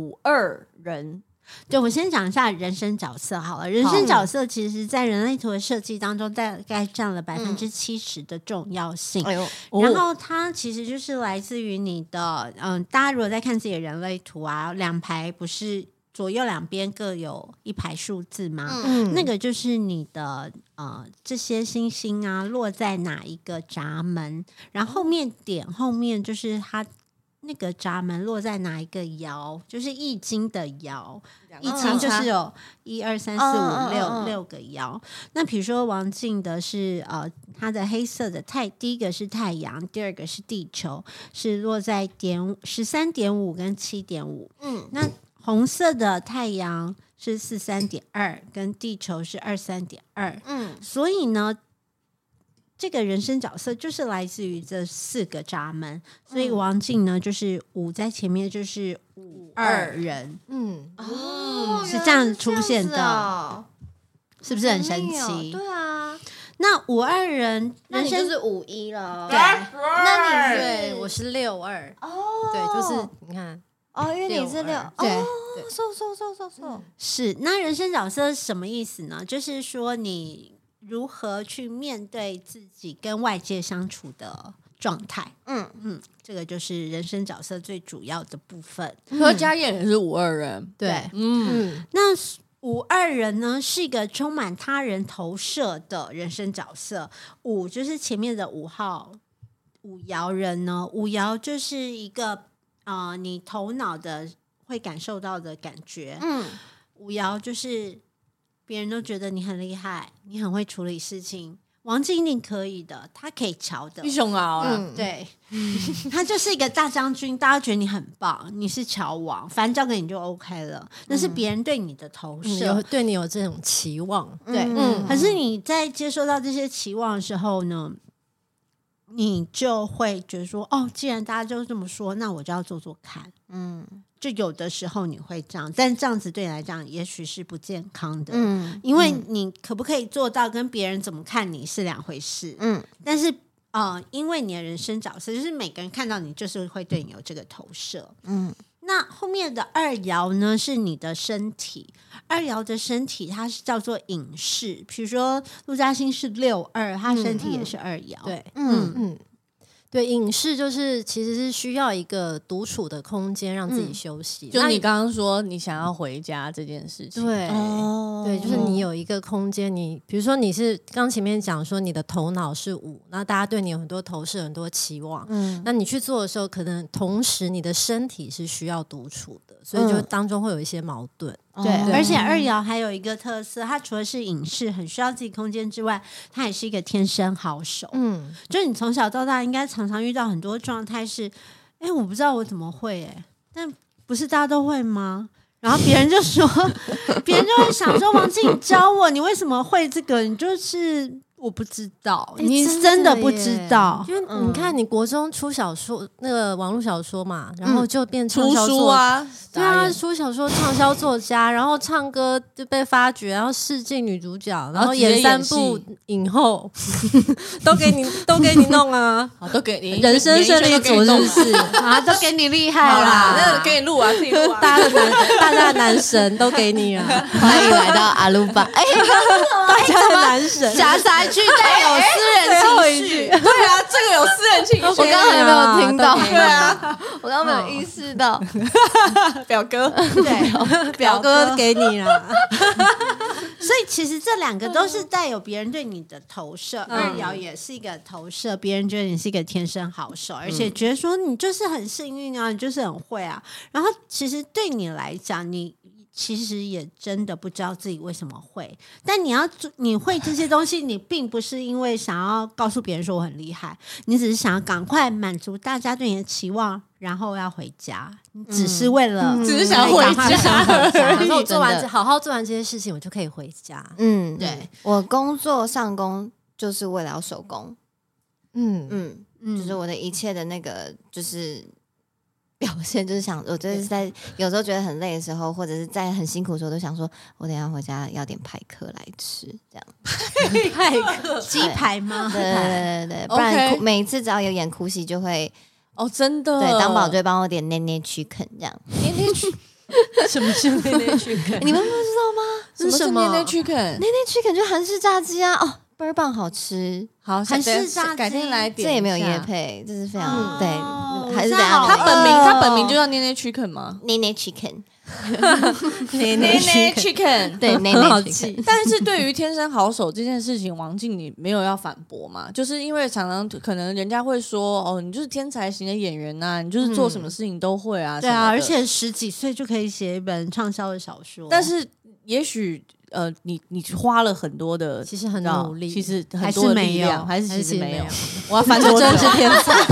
Speaker 3: 52人。
Speaker 1: 对，我先讲一下人生角色好了。人生角色其实在人类图的设计当中，大概占了70%的重要性。然后它其实就是来自于你的，大家如果在看自己的人类图啊，两排不是左右两边各有一排数字吗？那个就是你的这些星星啊落在哪一个闸门，然后后面就是它。那个闸门落在哪一个爻，就是易经的爻，易经就是有1、2、3、4、5、6个爻。那比如说王静的是它的黑色的第一个是太阳，第二个是地球，是落在13.5跟7.5。那红色的太阳是43.2，跟地球是23.2。所以呢。这个人生角色就是来自于这4个闸门，所以王静呢就是5在前面就是52人，是这样出现的，是不是很神奇？
Speaker 2: 对啊，
Speaker 1: 那52人，
Speaker 2: 那你就是51了，
Speaker 1: 对，
Speaker 2: 那你
Speaker 4: 对我是62，对，就是你看，
Speaker 2: 因为你是6，
Speaker 1: 对，
Speaker 2: 瘦，
Speaker 1: 是。那人生角色是什么意思呢？就是说你。如何去面对自己跟外界相处的状态？这个就是人生角色最主要的部分。
Speaker 3: 何家燕也是52人，
Speaker 1: 对，
Speaker 3: 嗯，
Speaker 1: 那 5-2人呢是一个充满他人投射的人生角色。5就是前面的5号5爻人呢，5爻就是一个你头脑的会感受到的感觉。5爻就是别人都觉得你很厉害，你很会处理事情。王静一定可以的，他可以瞧的。
Speaker 3: 一雄啊，
Speaker 1: 对，他就是一个大将军，大家觉得你很棒，你是乔王，反正交给你就 OK 了。那是别人对你的投射，
Speaker 4: 对你有这种期望。
Speaker 1: 对，可是你在接收到这些期望的时候呢，你就会觉得说，哦，既然大家都这么说，那我就要做做看。就有的时候你会这样，但这样子对你来讲也许是不健康的。因为你可不可以做到跟别人怎么看你是两回事。但是因为你的人生角色，就是每个人看到你就是会对你有这个投射。那后面的2爻呢是你的身体，2爻的身体它是叫做隐士，比如说陆嘉欣是6-2，他身体也是2爻。
Speaker 4: 对，对，隐士就是其实是需要一个独处的空间让自己休息。
Speaker 3: 就你刚刚说你想要回家这件事情，
Speaker 4: 对，对，就是你有一个空间，你比如说你是刚前面讲说你的头脑是5，那大家对你有很多投射、很多期望，那你去做的时候，可能同时你的身体是需要独处的，所以就当中会有一些矛盾。
Speaker 1: 对，而且2爻还有一个特色，它除了是隐士很需要自己空间之外，它也是一个天生好手。就你从小到大应该常常遇到很多状态是，我不知道我怎么会但不是大家都会吗？然后别人就说，别人就会想说，王静你教我，你为什么会这个？你就是我不知道，你真的不知道，
Speaker 4: 因为你看你国中出小说，那个网络小说嘛，然后就变畅销
Speaker 3: 出书啊，
Speaker 4: 对啊，出小说畅销作家，然后唱歌就被发掘，然后试镜女主角，然后演3部影后，都给你弄啊，
Speaker 3: 好，都给你
Speaker 4: 人生胜利组是不是
Speaker 1: 啊？都给你厉害啦，
Speaker 3: 那给你录啊，自己录啊，
Speaker 4: 大家的男神都给你了，
Speaker 2: 欢迎来到阿鲁巴。
Speaker 4: 大家的男神，
Speaker 1: 夹杂句带有私人情绪，
Speaker 3: 对啊，这个有私人情绪，
Speaker 2: 我刚刚还没有听到，
Speaker 3: 对啊，
Speaker 2: 我刚刚没有意识到，
Speaker 3: 表哥，
Speaker 1: 对，
Speaker 4: 表哥给你了。
Speaker 1: 所以其实这2个都是带有别人对你的投射，2爻也是一个投射，别人觉得你是一个天生好手，而且觉得说你就是很幸运啊，你就是很会啊。然后其实对你来讲，你其实也真的不知道自己为什么会，但你会这些东西，你并不是因为想要告诉别人说我很厉害，你只是想要赶快满足大家对你的期望，然后要回家，你只是为了，
Speaker 3: 只是想回家
Speaker 4: 然后好好做完这些事情，我就可以回家。
Speaker 1: 对，
Speaker 2: 我工作上工就是为了要收工，就是我的一切的那个就是表现，就是想我就是在有时候觉得很累的时候，或者是在很辛苦的时候，都想说我等一下回家要点派克来吃，这样
Speaker 1: 派克鸡排吗？
Speaker 2: 对，不然每一次只要有演哭戏就会
Speaker 3: 真的
Speaker 2: 对，当宝就会帮我点NeNe Chicken这样。
Speaker 3: NeNe Chicken
Speaker 4: 什么是NeNe Chicken？
Speaker 2: 你们不知道吗？
Speaker 3: 什么是 NeNe Chicken？NeNe
Speaker 2: Chicken 就韩式炸鸡啊，哦，倍儿棒，好吃。
Speaker 3: 好，
Speaker 1: 韩式炸鸡
Speaker 3: 改天来点，
Speaker 2: 这也没有业配，这是非常对，还是
Speaker 1: 这样
Speaker 3: 他本名就叫NeNe Chicken 吗
Speaker 2: ？NeNe Chicken。
Speaker 3: NeNe Chicken，
Speaker 2: 对，NeNe Chicken。
Speaker 3: 但是对于天生好手这件事情，王静你没有要反驳嘛？就是因为常常可能人家会说，你就是天才型的演员呐，你就是做什么事情都会啊。
Speaker 1: 对啊，而且10几岁就可以写一本畅销的小说。
Speaker 3: 但是也许你花了很多的，
Speaker 4: 其实很努力，
Speaker 3: 其实很多的力量，还是
Speaker 4: 其实没有。
Speaker 3: 我要反正真是天才。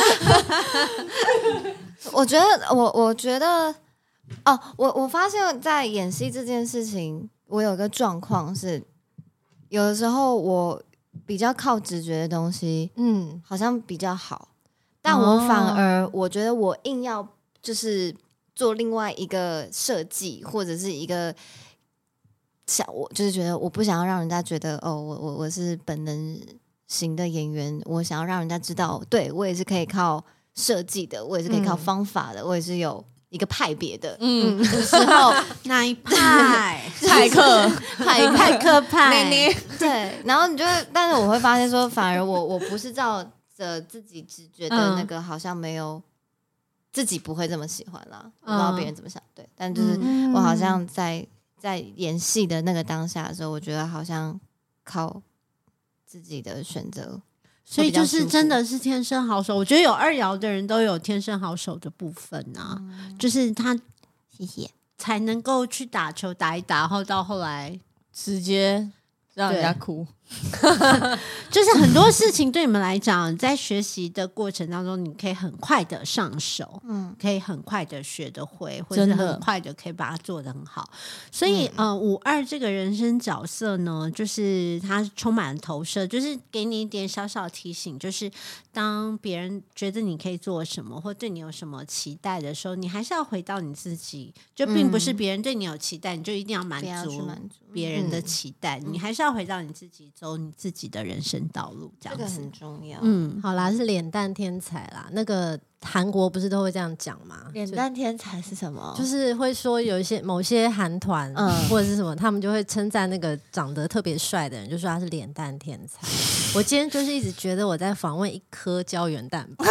Speaker 2: 我觉得。我发现在演戏这件事情，我有一个状况是，有的时候我比较靠直觉的东西，好像比较好，但我反而我觉得我硬要就是做另外一个设计，或者是一个我就是觉得我不想要让人家觉得我是本能型的演员，我想要让人家知道，对我也是可以靠设计的，我也是可以靠方法的，我也是有一个派别的，时候
Speaker 1: 哪一派？
Speaker 3: 派克
Speaker 1: 派，
Speaker 2: 对，然后你就会，但是我会发现说，反而我不是照着自己直觉的那个，好像没有自己不会这么喜欢啦，我不知道别人怎么想，对，但就是我好像在在演戏的那个当下的时候，我觉得好像靠自己的选择。
Speaker 1: 所以就是真的是天生好手，我觉得有2爻的人都有天生好手的部分啊，就是他
Speaker 2: 谢谢
Speaker 1: 才能够去打球打一打，然后到后来
Speaker 3: 直接让人家哭。
Speaker 1: 就是很多事情对你们来讲，在学习的过程当中，你可以很快的上手，可以很快的学得会，或者是很快的可以把它做得很好。所以52这个人生角色呢，就是它充满了投射，就是给你一点小小提醒，就是当别人觉得你可以做什么，或对你有什么期待的时候，你还是要回到你自己，就并不是别人对你有期待，你就一定要满足别人的期待，你还是要回到你自己，走你自己的人生道路，这样子，
Speaker 2: 这个很重要。
Speaker 4: 好啦，是脸蛋天才啦。那个韩国不是都会这样讲吗？
Speaker 2: 脸蛋天才是什么？
Speaker 4: 就是会说有一些某些韩团或者是什么，他们就会称赞那个长得特别帅的人，就说他是脸蛋天才。我今天就是一直觉得我在访问一颗胶原蛋白，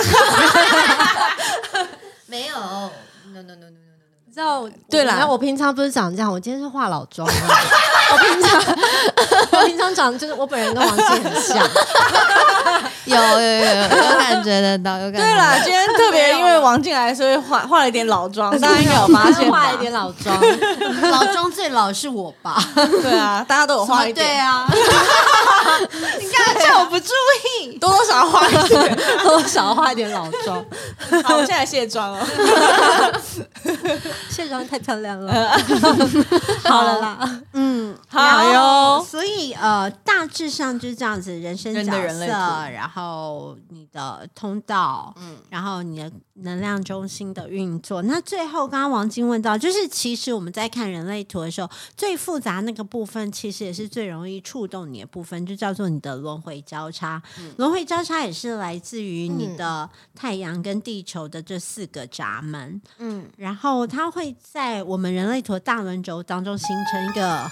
Speaker 2: 没有 ，no。
Speaker 4: 你知道？
Speaker 3: 对啦，
Speaker 4: 我平常不是长这样，我今天是化老妆啊。我平常长就是我本人跟王静很像，
Speaker 2: 有感觉得到，有感觉得到。
Speaker 3: 对啦，今天特别因为王静来，所以化了一点老妆，大家应该有发现吧？
Speaker 4: 化了一点老妆，
Speaker 1: 老妆最老是我吧？
Speaker 3: 对啊，大家都有化一点。
Speaker 1: 对啊，
Speaker 2: 你刚刚叫我不注意，
Speaker 3: 多多少少化一点，
Speaker 4: 多少化一点老妆。
Speaker 3: 好，我们现在卸妆哦。
Speaker 4: 卸妆太漂亮了。好了啦，
Speaker 3: 好哟。
Speaker 1: 所以大致上就是这样子，人生角色，然后你的通道，然后你的能量中心的运作。那最后，刚刚王晶问到，就是其实我们在看人类图的时候，最复杂那个部分，其实也是最容易触动你的部分，就叫做你的轮回交叉。轮回交叉也是来自于你的太阳跟地球的这4个闸门。然后它会在我们人类图的大轮轴当中形成一个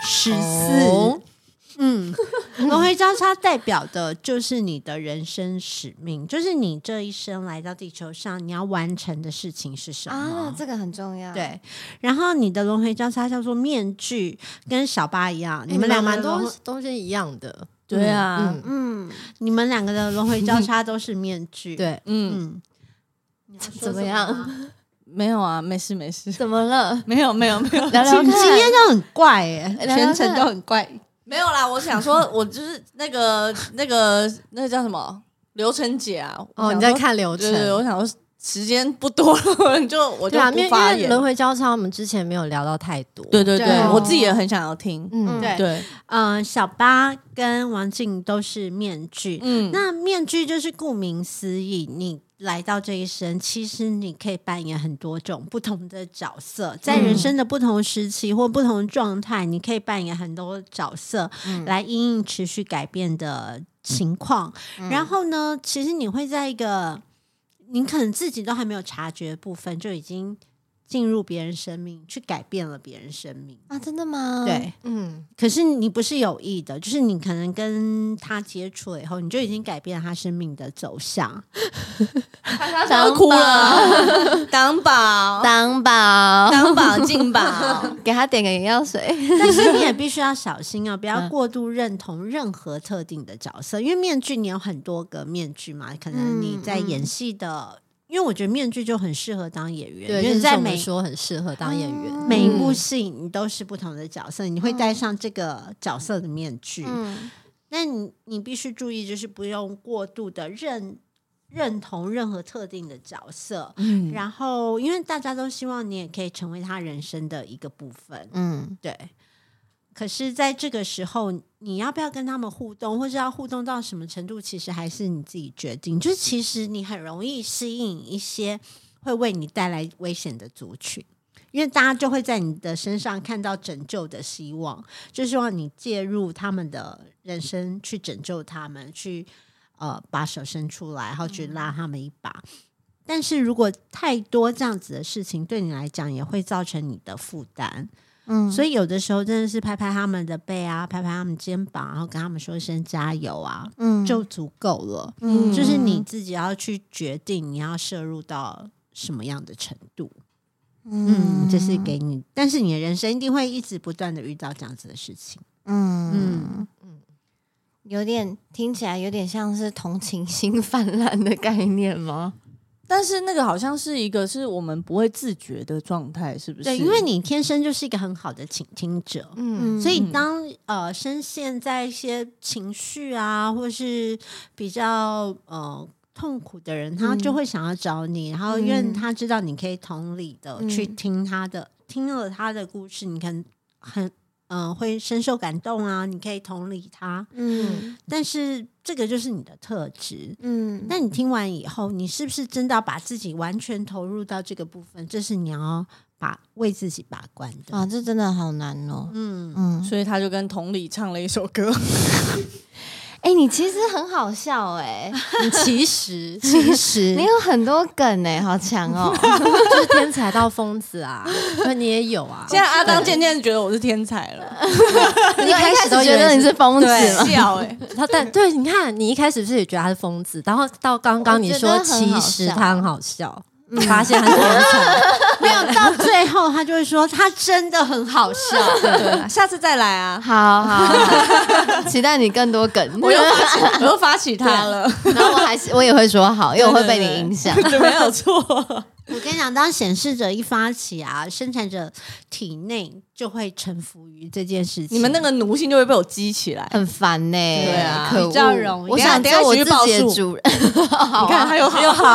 Speaker 1: 14。轮回交叉代表的就是你的人生使命，就是你这一生来到地球上，你要完成的事情是什么
Speaker 2: 啊？这个很重要。
Speaker 1: 对，然后你的轮回交叉叫做面具，跟小八一样，
Speaker 4: 你们俩蛮多东西一样的。
Speaker 3: 对啊，
Speaker 1: 你们2个的轮回交叉都是面具。
Speaker 4: 对，
Speaker 2: 怎么样？
Speaker 3: 没有啊，没事。
Speaker 2: 怎么了？
Speaker 3: 没有。
Speaker 2: 聊聊看。
Speaker 1: 今天就很怪耶，全程都很怪。
Speaker 3: 没有啦，我想说，我就是那个叫什么流程姐啊。
Speaker 4: 你在看流程？
Speaker 3: 对，我想说时间不多了，我就不发言。
Speaker 4: 因为轮回交叉，我们之前没有聊到太多。
Speaker 3: 对，我自己也很想要听。对，
Speaker 1: 小八跟王静都是面具。那面具就是顾名思义，你来到这一生，其实你可以扮演很多种不同的角色，在人生的不同时期或不同状态，你可以扮演很多角色，来因应持续改变的情况。然后呢，其实你会在一个你可能自己都还没有察觉的部分，就已经进入别人生命，去改变了别人生命
Speaker 2: 啊？真的吗？
Speaker 1: 对，可是你不是有意的，就是你可能跟他接触了以后，你就已经改变了他生命的走向。
Speaker 3: 他哭了，当宝进宝，
Speaker 2: 给他点个眼药水。
Speaker 1: 但是你也必须要小心哦，不要过度认同任何特定的角色，因为面具你有很多个面具嘛，可能你在演戏的。因为我觉得面具就很适合当演员，
Speaker 4: 对，
Speaker 1: 因为在
Speaker 4: 说很适合当演员，
Speaker 1: 每一部戏你都是不同的角色，你会戴上这个角色的面具。但你必须注意，就是不用过度的认同任何特定的角色。然后因为大家都希望你也可以成为他人生的一个部分。对。可是在这个时候，你要不要跟他们互动，或是要互动到什么程度，其实还是你自己决定。就是其实你很容易吸引一些会为你带来危险的族群，因为大家就会在你的身上看到拯救的希望，就希望你介入他们的人生，去拯救他们，去把手伸出来，然后去拉他们一把。但是如果太多这样子的事情，对你来讲也会造成你的负担。所以有的时候真的是拍拍他们的背啊，拍拍他们肩膀，然后跟他们说一声加油啊，就足够了。就是你自己要去决定你要摄入到什么样的程度。 这是给你，但是你的人生一定会一直不断的遇到这样子的事情。
Speaker 2: 有点听起来有点像是同情心泛滥的概念吗？
Speaker 3: 但是那个好像是一个是我们不会自觉的状态，是不是？
Speaker 1: 对，因为你天生就是一个很好的倾听者，所以当深陷在一些情绪啊，或是比较痛苦的人，他就会想要找你，然后因为他知道你可以同理的去听了他的故事，你可能会深受感动啊，你可以同理他，但是这个就是你的特质，那你听完以后，你是不是真的要把自己完全投入到这个部分？这是你要为自己把关的
Speaker 2: 啊，这真的好难哦，
Speaker 3: 所以他就跟同理唱了一首歌。
Speaker 2: 你其实很好笑
Speaker 4: 你其实
Speaker 2: 你有很多梗好强哦，
Speaker 4: 就是天才到疯子啊，那你也有啊。
Speaker 3: 现在阿当渐渐觉得我是天才了，
Speaker 2: 你一开始都觉得你是疯子吗？
Speaker 3: 笑
Speaker 4: 对，你看你一开始是不是也觉得他是疯子，然后到刚刚你说其实他很好笑。发现他是天才，
Speaker 1: 没有到最后，他就会说他真的很好笑。
Speaker 3: 对，下次再来啊！
Speaker 2: 好，期待你更多梗。
Speaker 3: 我又发起他了，
Speaker 2: 然后我也会说好，因为我会被你影响，
Speaker 3: 对，没有错。
Speaker 1: 我跟你讲，当显示者一发起啊，生产者体内就会臣服于这件事情。
Speaker 3: 你们那个奴性就会被我激起来，
Speaker 2: 很烦呢。
Speaker 3: 对啊，
Speaker 1: 比较容易。
Speaker 2: 我想做我自己的主人。
Speaker 3: 你看他又好。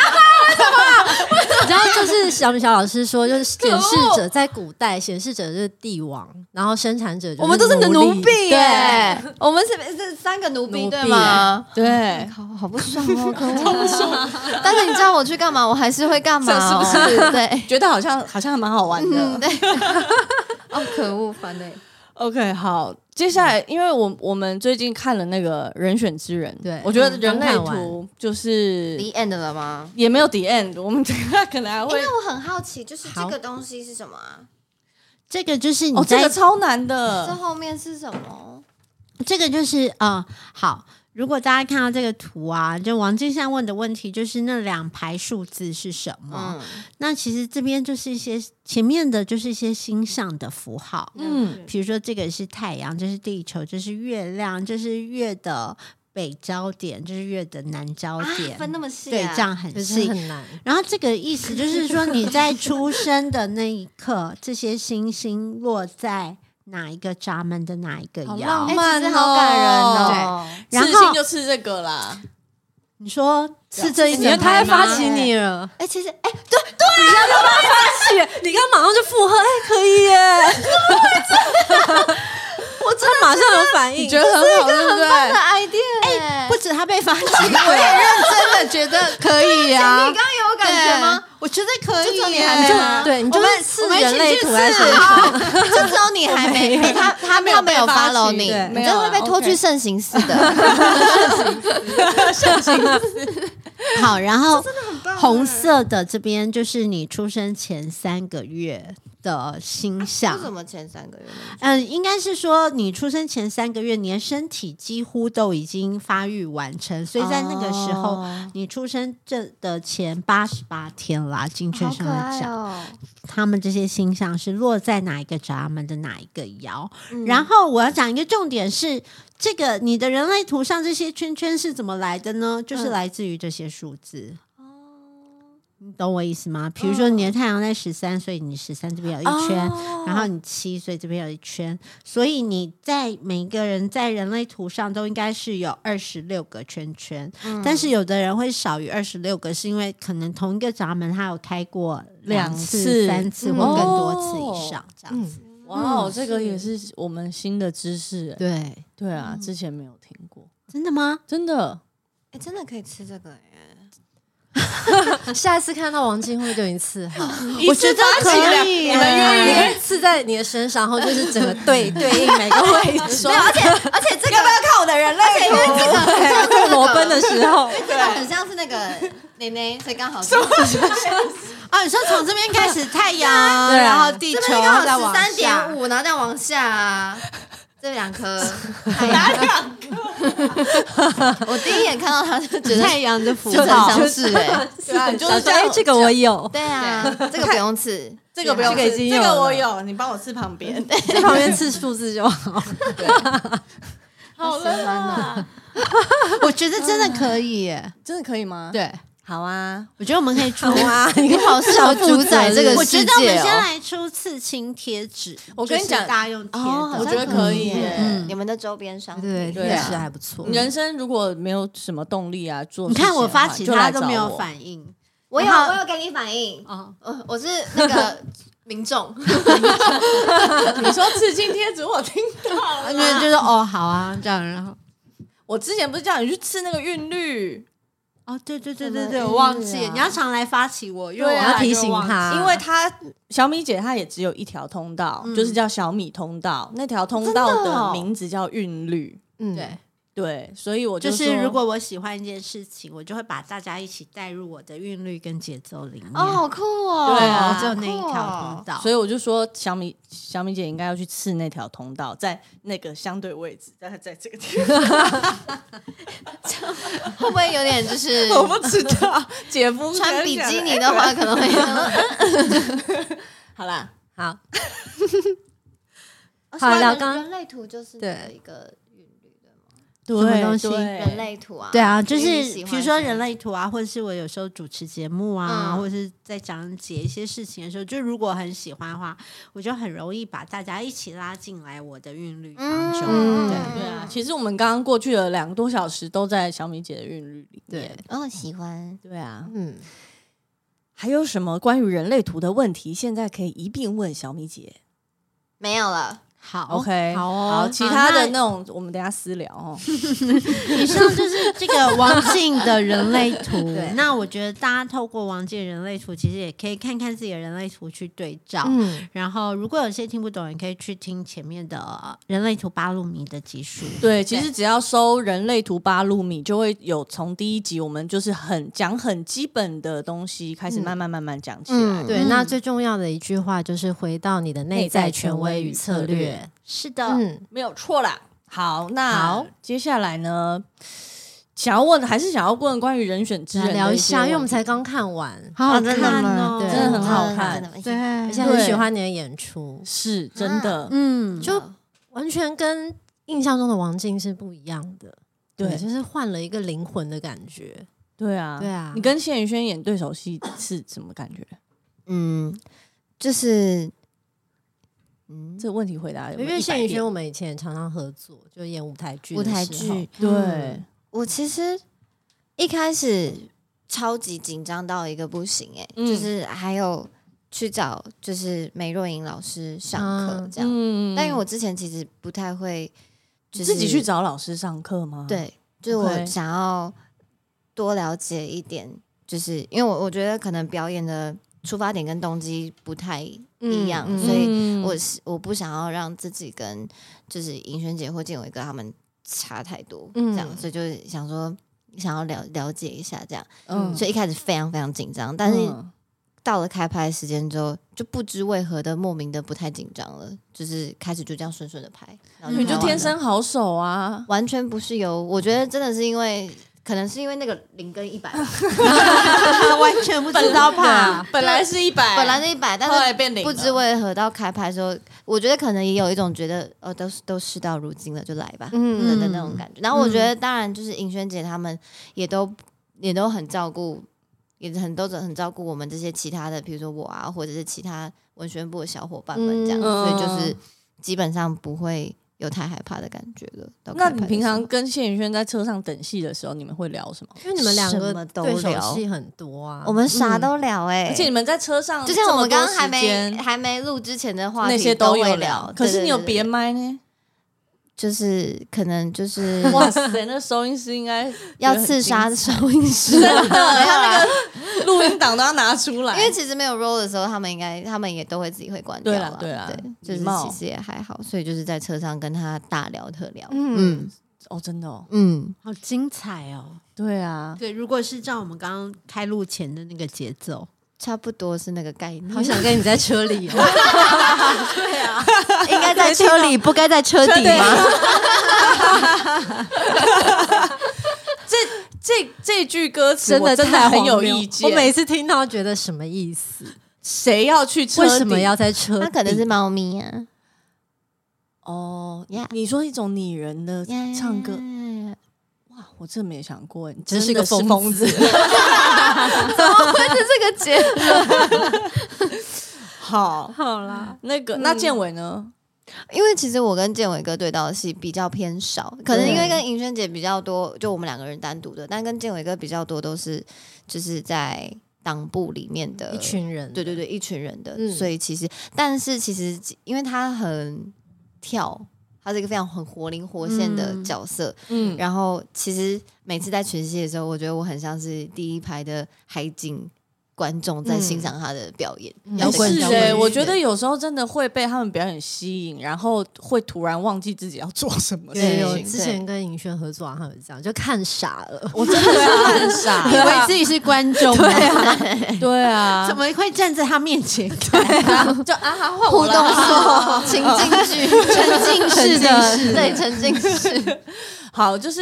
Speaker 4: 你知道，就是小米小老师说，就是显示者在古代，显示者就是帝王，然后生产者就是
Speaker 3: 我们都是你的奴婢耶，
Speaker 2: 我们是3个奴婢对吗？
Speaker 3: 对，
Speaker 2: 好不爽哦，可恶，超不爽。但是你知道我去干嘛，我还是会干嘛，是不是？对，
Speaker 3: 觉得好像还蛮好玩的。
Speaker 2: 对，可恶，烦嘞。
Speaker 3: OK， 好，接下来因为我们最近看了那个人选之人，
Speaker 4: 对，
Speaker 3: 我觉得人类图就是
Speaker 2: the end 了吗？
Speaker 3: 也没有 the end， 我们等一下可能还会。
Speaker 2: 因为我很好奇，就是这个东西是什么啊？
Speaker 1: 这个就是你
Speaker 3: 这个超难的，
Speaker 2: 这后面是什么？
Speaker 1: 这个就是好。如果大家看到这个图啊，就王静现在问的问题就是那2排数字是什么？那其实这边就是一些前面的就是一些星象的符号，比如说这个是太阳，这是地球，这是月亮，这是月的北焦点，这是月的南焦点，
Speaker 2: 分那么细，
Speaker 1: 对，这样很细，
Speaker 4: 很难。
Speaker 1: 然后这个意思就是说你在出生的那一刻，这些星星落在哪一个闸门的哪一个爻，
Speaker 3: 浪漫
Speaker 2: 哦，好感人哦。
Speaker 1: 然后
Speaker 3: 刺青就刺这个啦。
Speaker 1: 你说刺这一整
Speaker 4: 他还发起你了？
Speaker 2: 其实
Speaker 4: 对，你刚刚发起，你刚马上就附和，可以耶！我真的马上有反应，
Speaker 3: 觉得很好，对不对？
Speaker 2: 很棒的 idea，
Speaker 1: 不止他被发起，
Speaker 2: 我也认真的觉得可以呀。你刚刚有感觉吗？
Speaker 1: 我觉得可以，
Speaker 2: 就你还没吗？
Speaker 4: 对，你就是刺人类图来写，
Speaker 2: 就只有你还没，他没有 follow 你，你真的会被拖去慎刑司的。
Speaker 3: 慎刑司。
Speaker 1: 好，然后红色的这边就是你出生前3个月的星象。
Speaker 2: 为什么前3个月？
Speaker 1: 应该是说你出生前3个月，你的身体几乎都已经发育完成，所以在那个时候，你出生的前88天啦，精确上来讲，他们这些星象是落在哪一个闸门的哪一个爻。然后我要讲一个重点是，这个你的人类图上这些圈圈是怎么来的呢？就是来自于这些数字。你懂我意思吗？比如说你的太阳在13，所以你13这边有一圈，然后你7，所以这边有一圈，所以你在每一个人在人类图上都应该是有26个圈圈，但是有的人会少于26个，是因为可能同一个闸门他有开过2次、3次或更多次以上，这样子。
Speaker 3: 哇，这个也是我们新的知识。对啊，之前没有听过。
Speaker 1: 真的吗？
Speaker 3: 真的。
Speaker 2: 真的可以吃这个耶。
Speaker 4: 下一次看到王静会就已经刺好，
Speaker 1: 我觉得可以，
Speaker 4: 你可以刺在你的身上，然后就是整个对应每个位置。
Speaker 2: 没有，而且这个要不要看我的人类图？因为这个
Speaker 4: 裸奔的时候，
Speaker 2: 这个很像是那个奶奶，所以刚好是。
Speaker 1: 你说从这边开始太阳，然后地球再往下
Speaker 2: 13.5，然后再往下。 这2颗，哪2颗？我第一眼看到它就觉得
Speaker 1: 太阳的符
Speaker 2: 似曾
Speaker 1: 号，
Speaker 2: 相识
Speaker 3: 对啊，就是这
Speaker 4: 哎
Speaker 3: 样，
Speaker 4: 这个我有，
Speaker 2: 对啊，这个不用刺，
Speaker 3: 这个不用刺，
Speaker 4: 这个已经有
Speaker 3: 这个我
Speaker 4: 了
Speaker 3: 有，你帮我刺旁边，
Speaker 4: 在旁边刺数字就好。
Speaker 3: 好了啦，
Speaker 1: 我觉得真的可以耶。
Speaker 3: 真的可以吗？，
Speaker 1: 对，
Speaker 3: 好啊，
Speaker 1: 我觉得我们可以出
Speaker 4: 哇，
Speaker 2: 你好适合主宰这个
Speaker 1: 我
Speaker 2: 世
Speaker 1: 觉得我们
Speaker 2: 界哦。
Speaker 1: 先来出刺青贴纸，
Speaker 3: 我跟你讲
Speaker 1: 就是大家用贴的，
Speaker 3: 我觉得可以耶。
Speaker 2: 你们的周边商品，
Speaker 4: 对，
Speaker 3: 对啊
Speaker 4: 确实还不错。
Speaker 3: 人生如果没有什么动力啊，做
Speaker 1: 你看我发起
Speaker 3: 事情的话
Speaker 1: 他都没有，
Speaker 3: 就来
Speaker 1: 反应
Speaker 2: 我有
Speaker 1: 然后
Speaker 2: 我有给你反应，
Speaker 1: 哦。
Speaker 2: 我是那个民众，
Speaker 3: 找我你说刺青贴纸，我听到了
Speaker 1: 因为就是哦，好啊，这样，然后
Speaker 3: 我之前不是叫你去刺那个韵律，
Speaker 1: 哦，对对对
Speaker 2: 什么
Speaker 1: 对对，
Speaker 2: 韵
Speaker 1: 我忘
Speaker 2: 律啊
Speaker 1: 记了，你要常来发起我，因为
Speaker 3: 对啊
Speaker 1: 我
Speaker 4: 要提醒他
Speaker 3: 因为她小米姐她也只有一条通道，就是叫小米通道，那条通道
Speaker 2: 真的哦
Speaker 3: 的名字叫韵律。
Speaker 4: 嗯，
Speaker 1: 对，
Speaker 3: 对，所以我
Speaker 1: 就是
Speaker 3: 说
Speaker 1: 如果我喜欢一件事情，我就会把大家一起带入我的韵律跟节奏里面。
Speaker 2: 哦，好酷哦，
Speaker 3: 对啊
Speaker 1: 只有那一条
Speaker 2: 好酷哦
Speaker 1: 通道，
Speaker 3: 所以我就说小米姐应该要去刺那条通道，在那个相对位置，在这个地方。
Speaker 2: 会不会有点就是
Speaker 3: 我不知道，姐夫
Speaker 2: 穿比基尼的话可能会
Speaker 3: 好啦，
Speaker 4: 好，
Speaker 2: 哦
Speaker 4: 好聊刚
Speaker 2: 人类图就是
Speaker 4: 对
Speaker 2: 一个韵律的吗？
Speaker 3: 对
Speaker 1: 什么东西
Speaker 2: 人类图啊，
Speaker 1: 对啊，就
Speaker 2: 因为
Speaker 1: 是
Speaker 2: 你喜欢
Speaker 1: 比如说人类图啊，或者是我有时候主持节目啊，
Speaker 2: 嗯
Speaker 1: 或者是在讲解一些事情的时候，就如果很喜欢的话，我就很容易把大家一起拉进来我的韵律当中。
Speaker 2: 嗯
Speaker 1: 对
Speaker 3: 对啊，其实我们刚刚过去了2个多小时都在小米姐的韵律里面。
Speaker 2: 哦，喜欢。
Speaker 3: 对啊，
Speaker 4: 嗯，
Speaker 3: 还有什么关于人类图的问题，现在可以一并问小米姐。
Speaker 2: 没有了，
Speaker 1: 好
Speaker 3: OK，
Speaker 1: 好哦，
Speaker 3: 好，其他的
Speaker 1: 好
Speaker 3: 那种我们等一下私聊哦。
Speaker 1: 以上就是这个王静的人类图
Speaker 4: 对。
Speaker 1: 那我觉得大家透过王静的人类图，其实也可以看看自己的人类图去对照。
Speaker 4: 嗯，
Speaker 1: 然后，如果有些听不懂，也可以去听前面的人类图巴路米的集数。
Speaker 3: 对，其实只要搜人类图8路米，就会有从第1集我们就是很基本的东西，开始慢慢讲起来。
Speaker 4: 对。那最重要的一句话就是回到你的内在权威与策略。
Speaker 1: 是的，
Speaker 4: 嗯，
Speaker 3: 没有错啦。好，那
Speaker 4: 好
Speaker 3: 接下来呢，想要问关于人选之人的
Speaker 4: 聊一下，
Speaker 3: 些问题
Speaker 4: 因为我们才刚看完，
Speaker 1: 好好
Speaker 2: 真的
Speaker 1: 看
Speaker 2: 吗
Speaker 1: 哦，
Speaker 4: 对
Speaker 3: 真的很好看
Speaker 2: 真的
Speaker 1: 对，
Speaker 4: 而且很喜欢你的演出，
Speaker 3: 是真的，
Speaker 1: 嗯，
Speaker 4: 就完全跟印象中的王静是不一样的。
Speaker 3: 对
Speaker 4: 就是换了一个灵魂的感觉。
Speaker 3: 对啊，
Speaker 4: 对啊
Speaker 3: 你跟谢宇轩演对手戏是什么感觉？
Speaker 2: 就是
Speaker 3: 这个问题回答有没有100
Speaker 4: 因为谢宇轩
Speaker 3: 遍
Speaker 4: 我们以前也常常合作，就演舞台剧。
Speaker 2: 舞台剧。
Speaker 3: 对，
Speaker 2: 我其实一开始超级紧张到一个不行就是还有去找就是梅若莹老师上课这样，但因为我之前其实不太会，就是
Speaker 3: 自己去找老师上课吗？，
Speaker 2: 对，就是我
Speaker 3: OK
Speaker 2: 想要多了解一点，就是因为我觉得可能表演的出发点跟动机不太一样，所以我不想要让自己跟就是尹轩姐或建伟哥他们差太多，这样，所以就是想说想要了解一下这样，所以一开始非常非常紧张，但是到了开拍时间之后，就不知为何的莫名的不太紧张了，就是开始就这样顺顺的拍，然后
Speaker 3: 你就
Speaker 2: 拍完了
Speaker 3: 天生好手啊，
Speaker 2: 完全不是由，我觉得真的是因为。可能是因为那个0跟100吧，
Speaker 1: 完全不知道怕。
Speaker 3: 本来是100，
Speaker 2: 本来是100，
Speaker 3: 后
Speaker 2: 但是
Speaker 3: 来变0，
Speaker 2: 不知为何到开拍的时候，我觉得可能也有一种觉得，都事到如今了，就来吧，的那种感觉。然后我觉得，当然就是尹轩姐他们也都很照顾，都很照顾我们这些其他的，比如说我啊，或者是其他文宣部的小伙伴们这样，所以就是基本上不会有太害怕的感觉了。
Speaker 3: 那你平常跟谢宇轩在车上等戏的时候，你们会聊什么？
Speaker 4: 因为你们两个
Speaker 2: 什么都
Speaker 4: 对手
Speaker 2: 聊
Speaker 4: 戏很多啊，
Speaker 2: 我们啥都聊
Speaker 3: 而且你们在车上，
Speaker 2: 就像我们刚刚
Speaker 3: 还
Speaker 2: 还没录之前的话题
Speaker 3: 那些
Speaker 2: 都
Speaker 3: 有
Speaker 2: 会聊，
Speaker 3: 可是你有
Speaker 2: 对
Speaker 3: 别麦呢？
Speaker 2: 就是可能就是
Speaker 3: 哇塞，那收音师应该
Speaker 2: 要刺杀收音师，
Speaker 3: 真的，他那个录音档都要拿出来，
Speaker 2: 因为其实没有 roll 的时候，他们也都会自己会关掉了，
Speaker 3: 对啦
Speaker 2: 对，就是
Speaker 3: 礼貌
Speaker 2: 其实也还好，所以就是在车上跟他大聊特聊，
Speaker 3: 哦，真的哦，
Speaker 1: 好精彩哦！
Speaker 3: 对啊，
Speaker 1: 对，如果是照我们刚刚开录前的那个节奏，
Speaker 2: 差不多是那个概念。
Speaker 4: 好想跟你在车里哦。
Speaker 2: 对啊，应该在车里，不该在车底吗？
Speaker 3: 这句歌词
Speaker 4: 真的
Speaker 3: 我真的
Speaker 4: 太
Speaker 3: 很有
Speaker 4: 荒谬
Speaker 3: 意见。
Speaker 4: 我每次听到觉得什么意思？
Speaker 3: 谁要去车底？
Speaker 4: 为什么要在车底？
Speaker 2: 那可能是猫咪啊。
Speaker 3: 哦
Speaker 2: Yeah
Speaker 3: 你说一种拟人的唱歌，
Speaker 2: Yeah
Speaker 3: 哇，我真没想过，你
Speaker 4: 真是
Speaker 3: 的
Speaker 4: 个疯子。
Speaker 2: 怎么会是这个结论？
Speaker 3: 好，
Speaker 4: 好啦，
Speaker 3: 那建伟呢？
Speaker 2: 因为其实我跟建伟哥对到的戏比较偏少，可能因为跟尹轩姐比较多，就我们两个人单独的，但跟建伟哥比较多都是就是在党部里面的
Speaker 4: 一群人，
Speaker 2: 对对对，一群人的，
Speaker 4: 嗯
Speaker 2: 所以其实因为他很跳，他是一个非常很活灵活现的角色，然后其实每次在群戏的时候，我觉得我很像是第一排的海景观众在欣赏他的表演。
Speaker 4: 摇滚
Speaker 3: 是
Speaker 4: 摇滚
Speaker 3: 我觉得有时候真的会被他们表演吸引，然后会突然忘记自己要做什么事
Speaker 4: 对，有
Speaker 3: 情。
Speaker 4: 之前跟尹轩合作，他们这样就看傻了。
Speaker 3: 我真的是很傻，
Speaker 1: 以为自己是观众吗？
Speaker 3: 对啊，
Speaker 1: 怎么会站在他面前？
Speaker 3: 就换我
Speaker 2: 互动
Speaker 3: 了。
Speaker 2: 式情境剧，
Speaker 1: 沉浸式的，
Speaker 2: 对沉浸式。
Speaker 3: 好，就是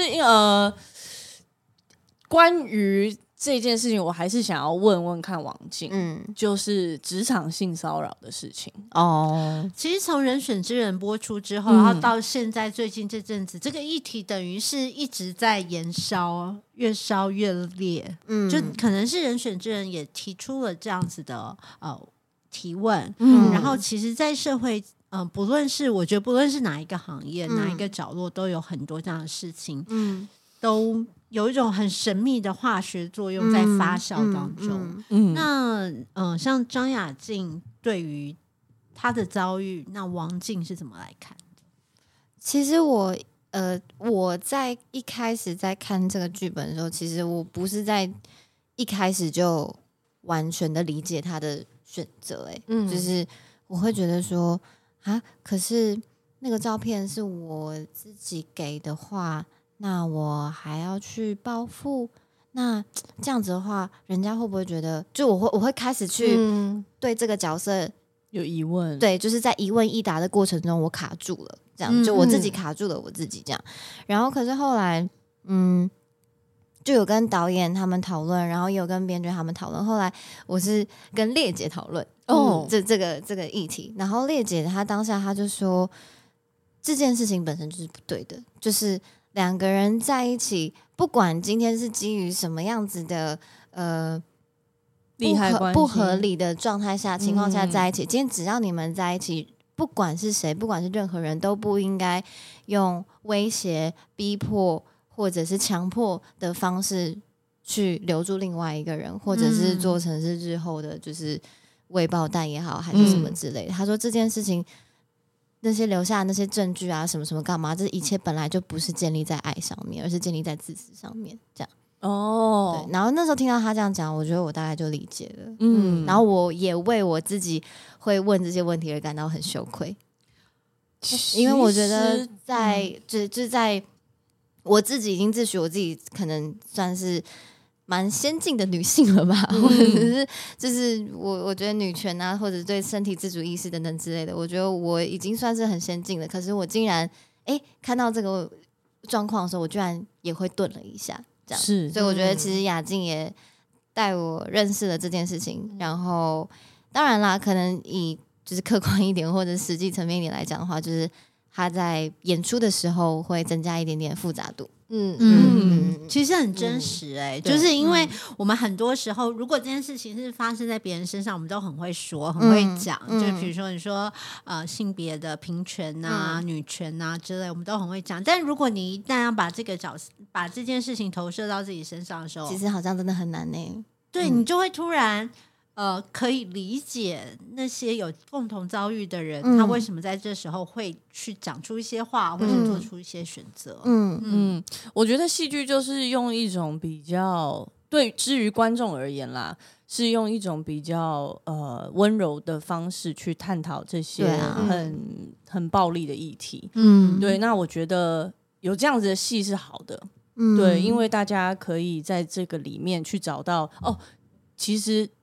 Speaker 3: 关于这件事情，我还是想要问问看王静，就是职场性骚扰的事情。
Speaker 2: 哦，
Speaker 1: 其实从《人选之人》播出之后，然后到现在最近这阵子，这个议题等于是一直在延烧，越烧越烈。就可能是《人选之人》也提出了这样子的提问，然后其实，在社会。我觉得不论是哪一个行业、哪一个角落，都有很多这样的事情，都有一种很神秘的化学作用在发酵当中。那像张雅静对于她的遭遇，那王静是怎么来看的？
Speaker 2: 其实我在一开始在看这个剧本的时候，其实我不是在一开始就完全的理解他的选择，就是我会觉得说可是那个照片是我自己给的话，那我还要去报复，那这样子的话，人家会不会觉得，就我会开始去对这个角色
Speaker 3: 有疑问？
Speaker 2: 对，就是在一问一答的过程中，我卡住了，这样就我自己卡住了我自己这样，然后可是后来就有跟导演他们讨论，然后也有跟编剧他们讨论。后来我是跟烈姐讨论这个议题，然后烈姐她当下她就说，这件事情本身就是不对的，就是两个人在一起，不管今天是基于什么样子的
Speaker 3: 利害关系
Speaker 2: 不合理的状态下情况下在一起，今天只要你们在一起，不管是谁，不管是任何人都不应该用威胁、逼迫或者是强迫的方式去留住另外一个人，或者是做成是日后的就是未爆弹也好，还是什么之类的。他说这件事情，那些留下的那些证据啊，什么什么干嘛，这一切本来就不是建立在爱上面，而是建立在自私上面。这样对。然后那时候听到他这样讲，我觉得我大概就理解了。然后我也为我自己会问这些问题而感到很羞愧，因为我觉得就是在我自己已经自诩我自己可能算是蛮先进的女性了吧，或者是就是我觉得女权啊，或者对身体自主意识等等之类的，我觉得我已经算是很先进了。可是我竟然看到这个状况的时候，我居然也会顿了一下，这样
Speaker 3: 是，
Speaker 2: 所以我觉得其实雅静也带我认识了这件事情。然后当然啦，可能以就是客观一点或者实际层面一点来讲的话，就是他在演出的时候会增加一点点复杂度。
Speaker 1: 其实很真实就是因为我们很多时候，如果这件事情是发生在别人身上，我们都很会说，很会讲。就比如说你说性别的平权啊、女权啊之类，我们都很会讲。但如果你一旦要把这件事情投射到自己身上的时候，
Speaker 2: 其实好像真的很难呢。
Speaker 1: 对，你就会突然可以理解那些有共同遭遇的人，他为什么在这时候会去讲出一些话，或者做出一些选择。
Speaker 3: 我觉得戏剧就是用一种比较对，至于观众而言啦，是用一种比较温柔的方式去探讨这些很暴力的议题。对，那我觉得有这样子的戏是好的。对，因为大家可以在这个里面去找到其实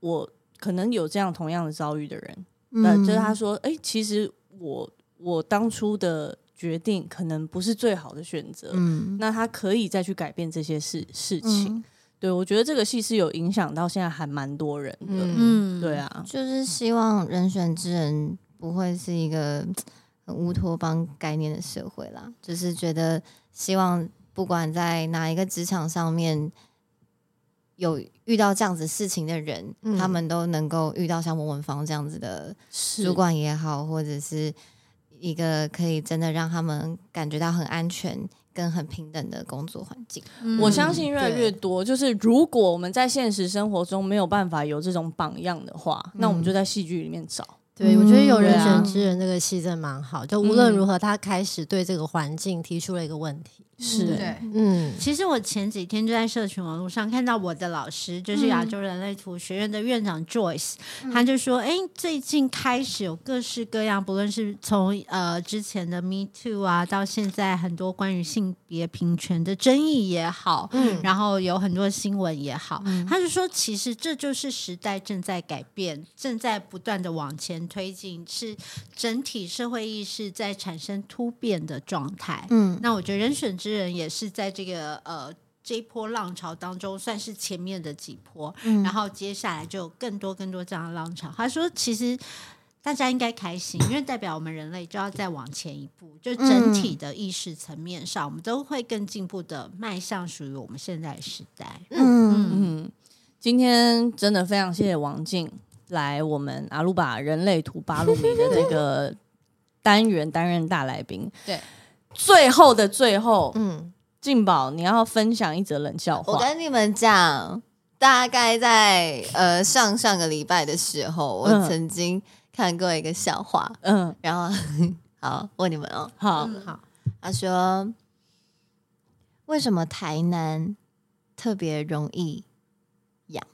Speaker 3: 我可能有这样同样的遭遇的人，就是他说，其实我当初的决定可能不是最好的选择，那他可以再去改变这些事情。对，我觉得这个戏是有影响到现在还蛮多人的，对啊，
Speaker 2: 就是希望人选之人不会是一个很乌托邦概念的社会啦，就是觉得希望不管在哪一个职场上面有遇到这样子事情的人，他们都能够遇到像文芳这样子的主管也好，或者是一个可以真的让他们感觉到很安全跟很平等的工作环境。
Speaker 3: 我相信越来越多，就是如果我们在现实生活中没有办法有这种榜样的话，那我们就在戏剧里面找。
Speaker 4: 对，我觉得有人选之人这个戏真的蛮好，就无论如何他开始对这个环境提出了一个问题。
Speaker 3: 是，
Speaker 1: 对，其实我前几天就在社群网络上看到我的老师，就是亚洲人类图学院的院长 Joyce，他就说，最近开始有各式各样，不论是从之前的 Me Too 啊，到现在很多关于性别平权的争议也好，然后有很多新闻也好，他就说，其实这就是时代正在改变，正在不断的往前推进，是整体社会意识在产生突变的状态。那我觉得人选之人也是在这个这一波浪潮当中算是前面的几波，然后接下来就有更多这样的浪潮。他说其实大家应该开心，因为代表我们人类就要再往前一步，就整体的意识层面上，我们都会更进步的迈向属于我们现在的时代。
Speaker 3: 今天真的非常谢谢王静来我们阿鲁巴人类图巴鲁米的这个单元担任大来宾。
Speaker 2: 对，
Speaker 3: 最后的最后，静宝你要分享一则冷笑话。
Speaker 2: 我跟你们讲，大概在上个礼拜的时候，我曾经看过一个笑话，然后好问你们哦，
Speaker 3: 好，
Speaker 2: 他说为什么台南特别容易痒？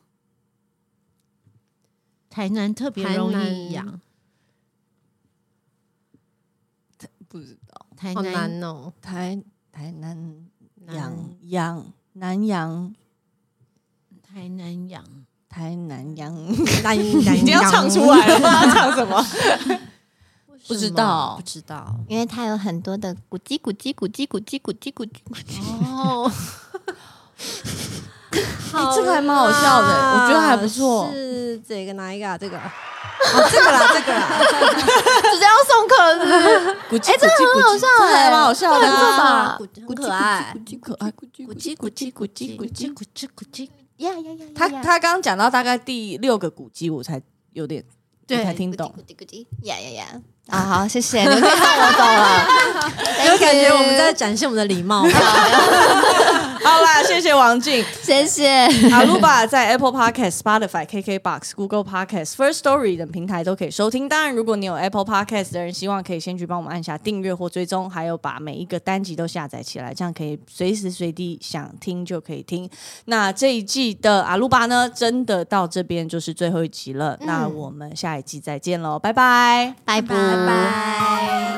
Speaker 1: 台南特别容易痒，
Speaker 3: 不知道，
Speaker 4: 好
Speaker 1: 台南
Speaker 4: 难哦，
Speaker 3: 台南痒南洋，
Speaker 1: 台南痒，
Speaker 3: 台南洋，
Speaker 4: 已
Speaker 3: 已经要唱出来了吗？唱什么？不知道，
Speaker 4: 不知道，
Speaker 2: 因为它有很多的咕叽咕叽咕叽咕叽咕叽咕叽。
Speaker 4: 哦，
Speaker 3: 这个还蛮好笑的，我觉得还不错。
Speaker 4: 是这个哪一个啊？这个这个啦，
Speaker 2: 直接要送客了是不是？
Speaker 3: 这个很好笑，这个还蛮好笑的啊，
Speaker 4: 很可爱，
Speaker 3: 可爱，咕叽咕叽咕叽咕叽咕叽
Speaker 1: 咕叽咕叽。
Speaker 3: 他刚刚讲到大概第6个古迹，我才有点才听懂。
Speaker 2: 咕叽咕叽呀！啊，好，谢谢，你们可以放我走了。
Speaker 4: 有感觉我们在展现我们的礼貌。
Speaker 3: 好啦，谢谢王静，
Speaker 2: 谢谢。
Speaker 3: 阿鲁巴在 Apple Podcast、Spotify、KKBox、Google Podcast、First Story 等平台都可以收听。当然，如果你有 Apple Podcast 的人，希望可以先去帮我们按下订阅或追踪，还有把每一个单集都下载起来，这样可以随时随地想听就可以听。那这一季的阿鲁巴呢，真的到这边就是最后一集了。那我们下一季再见喽，拜拜，
Speaker 2: 拜拜。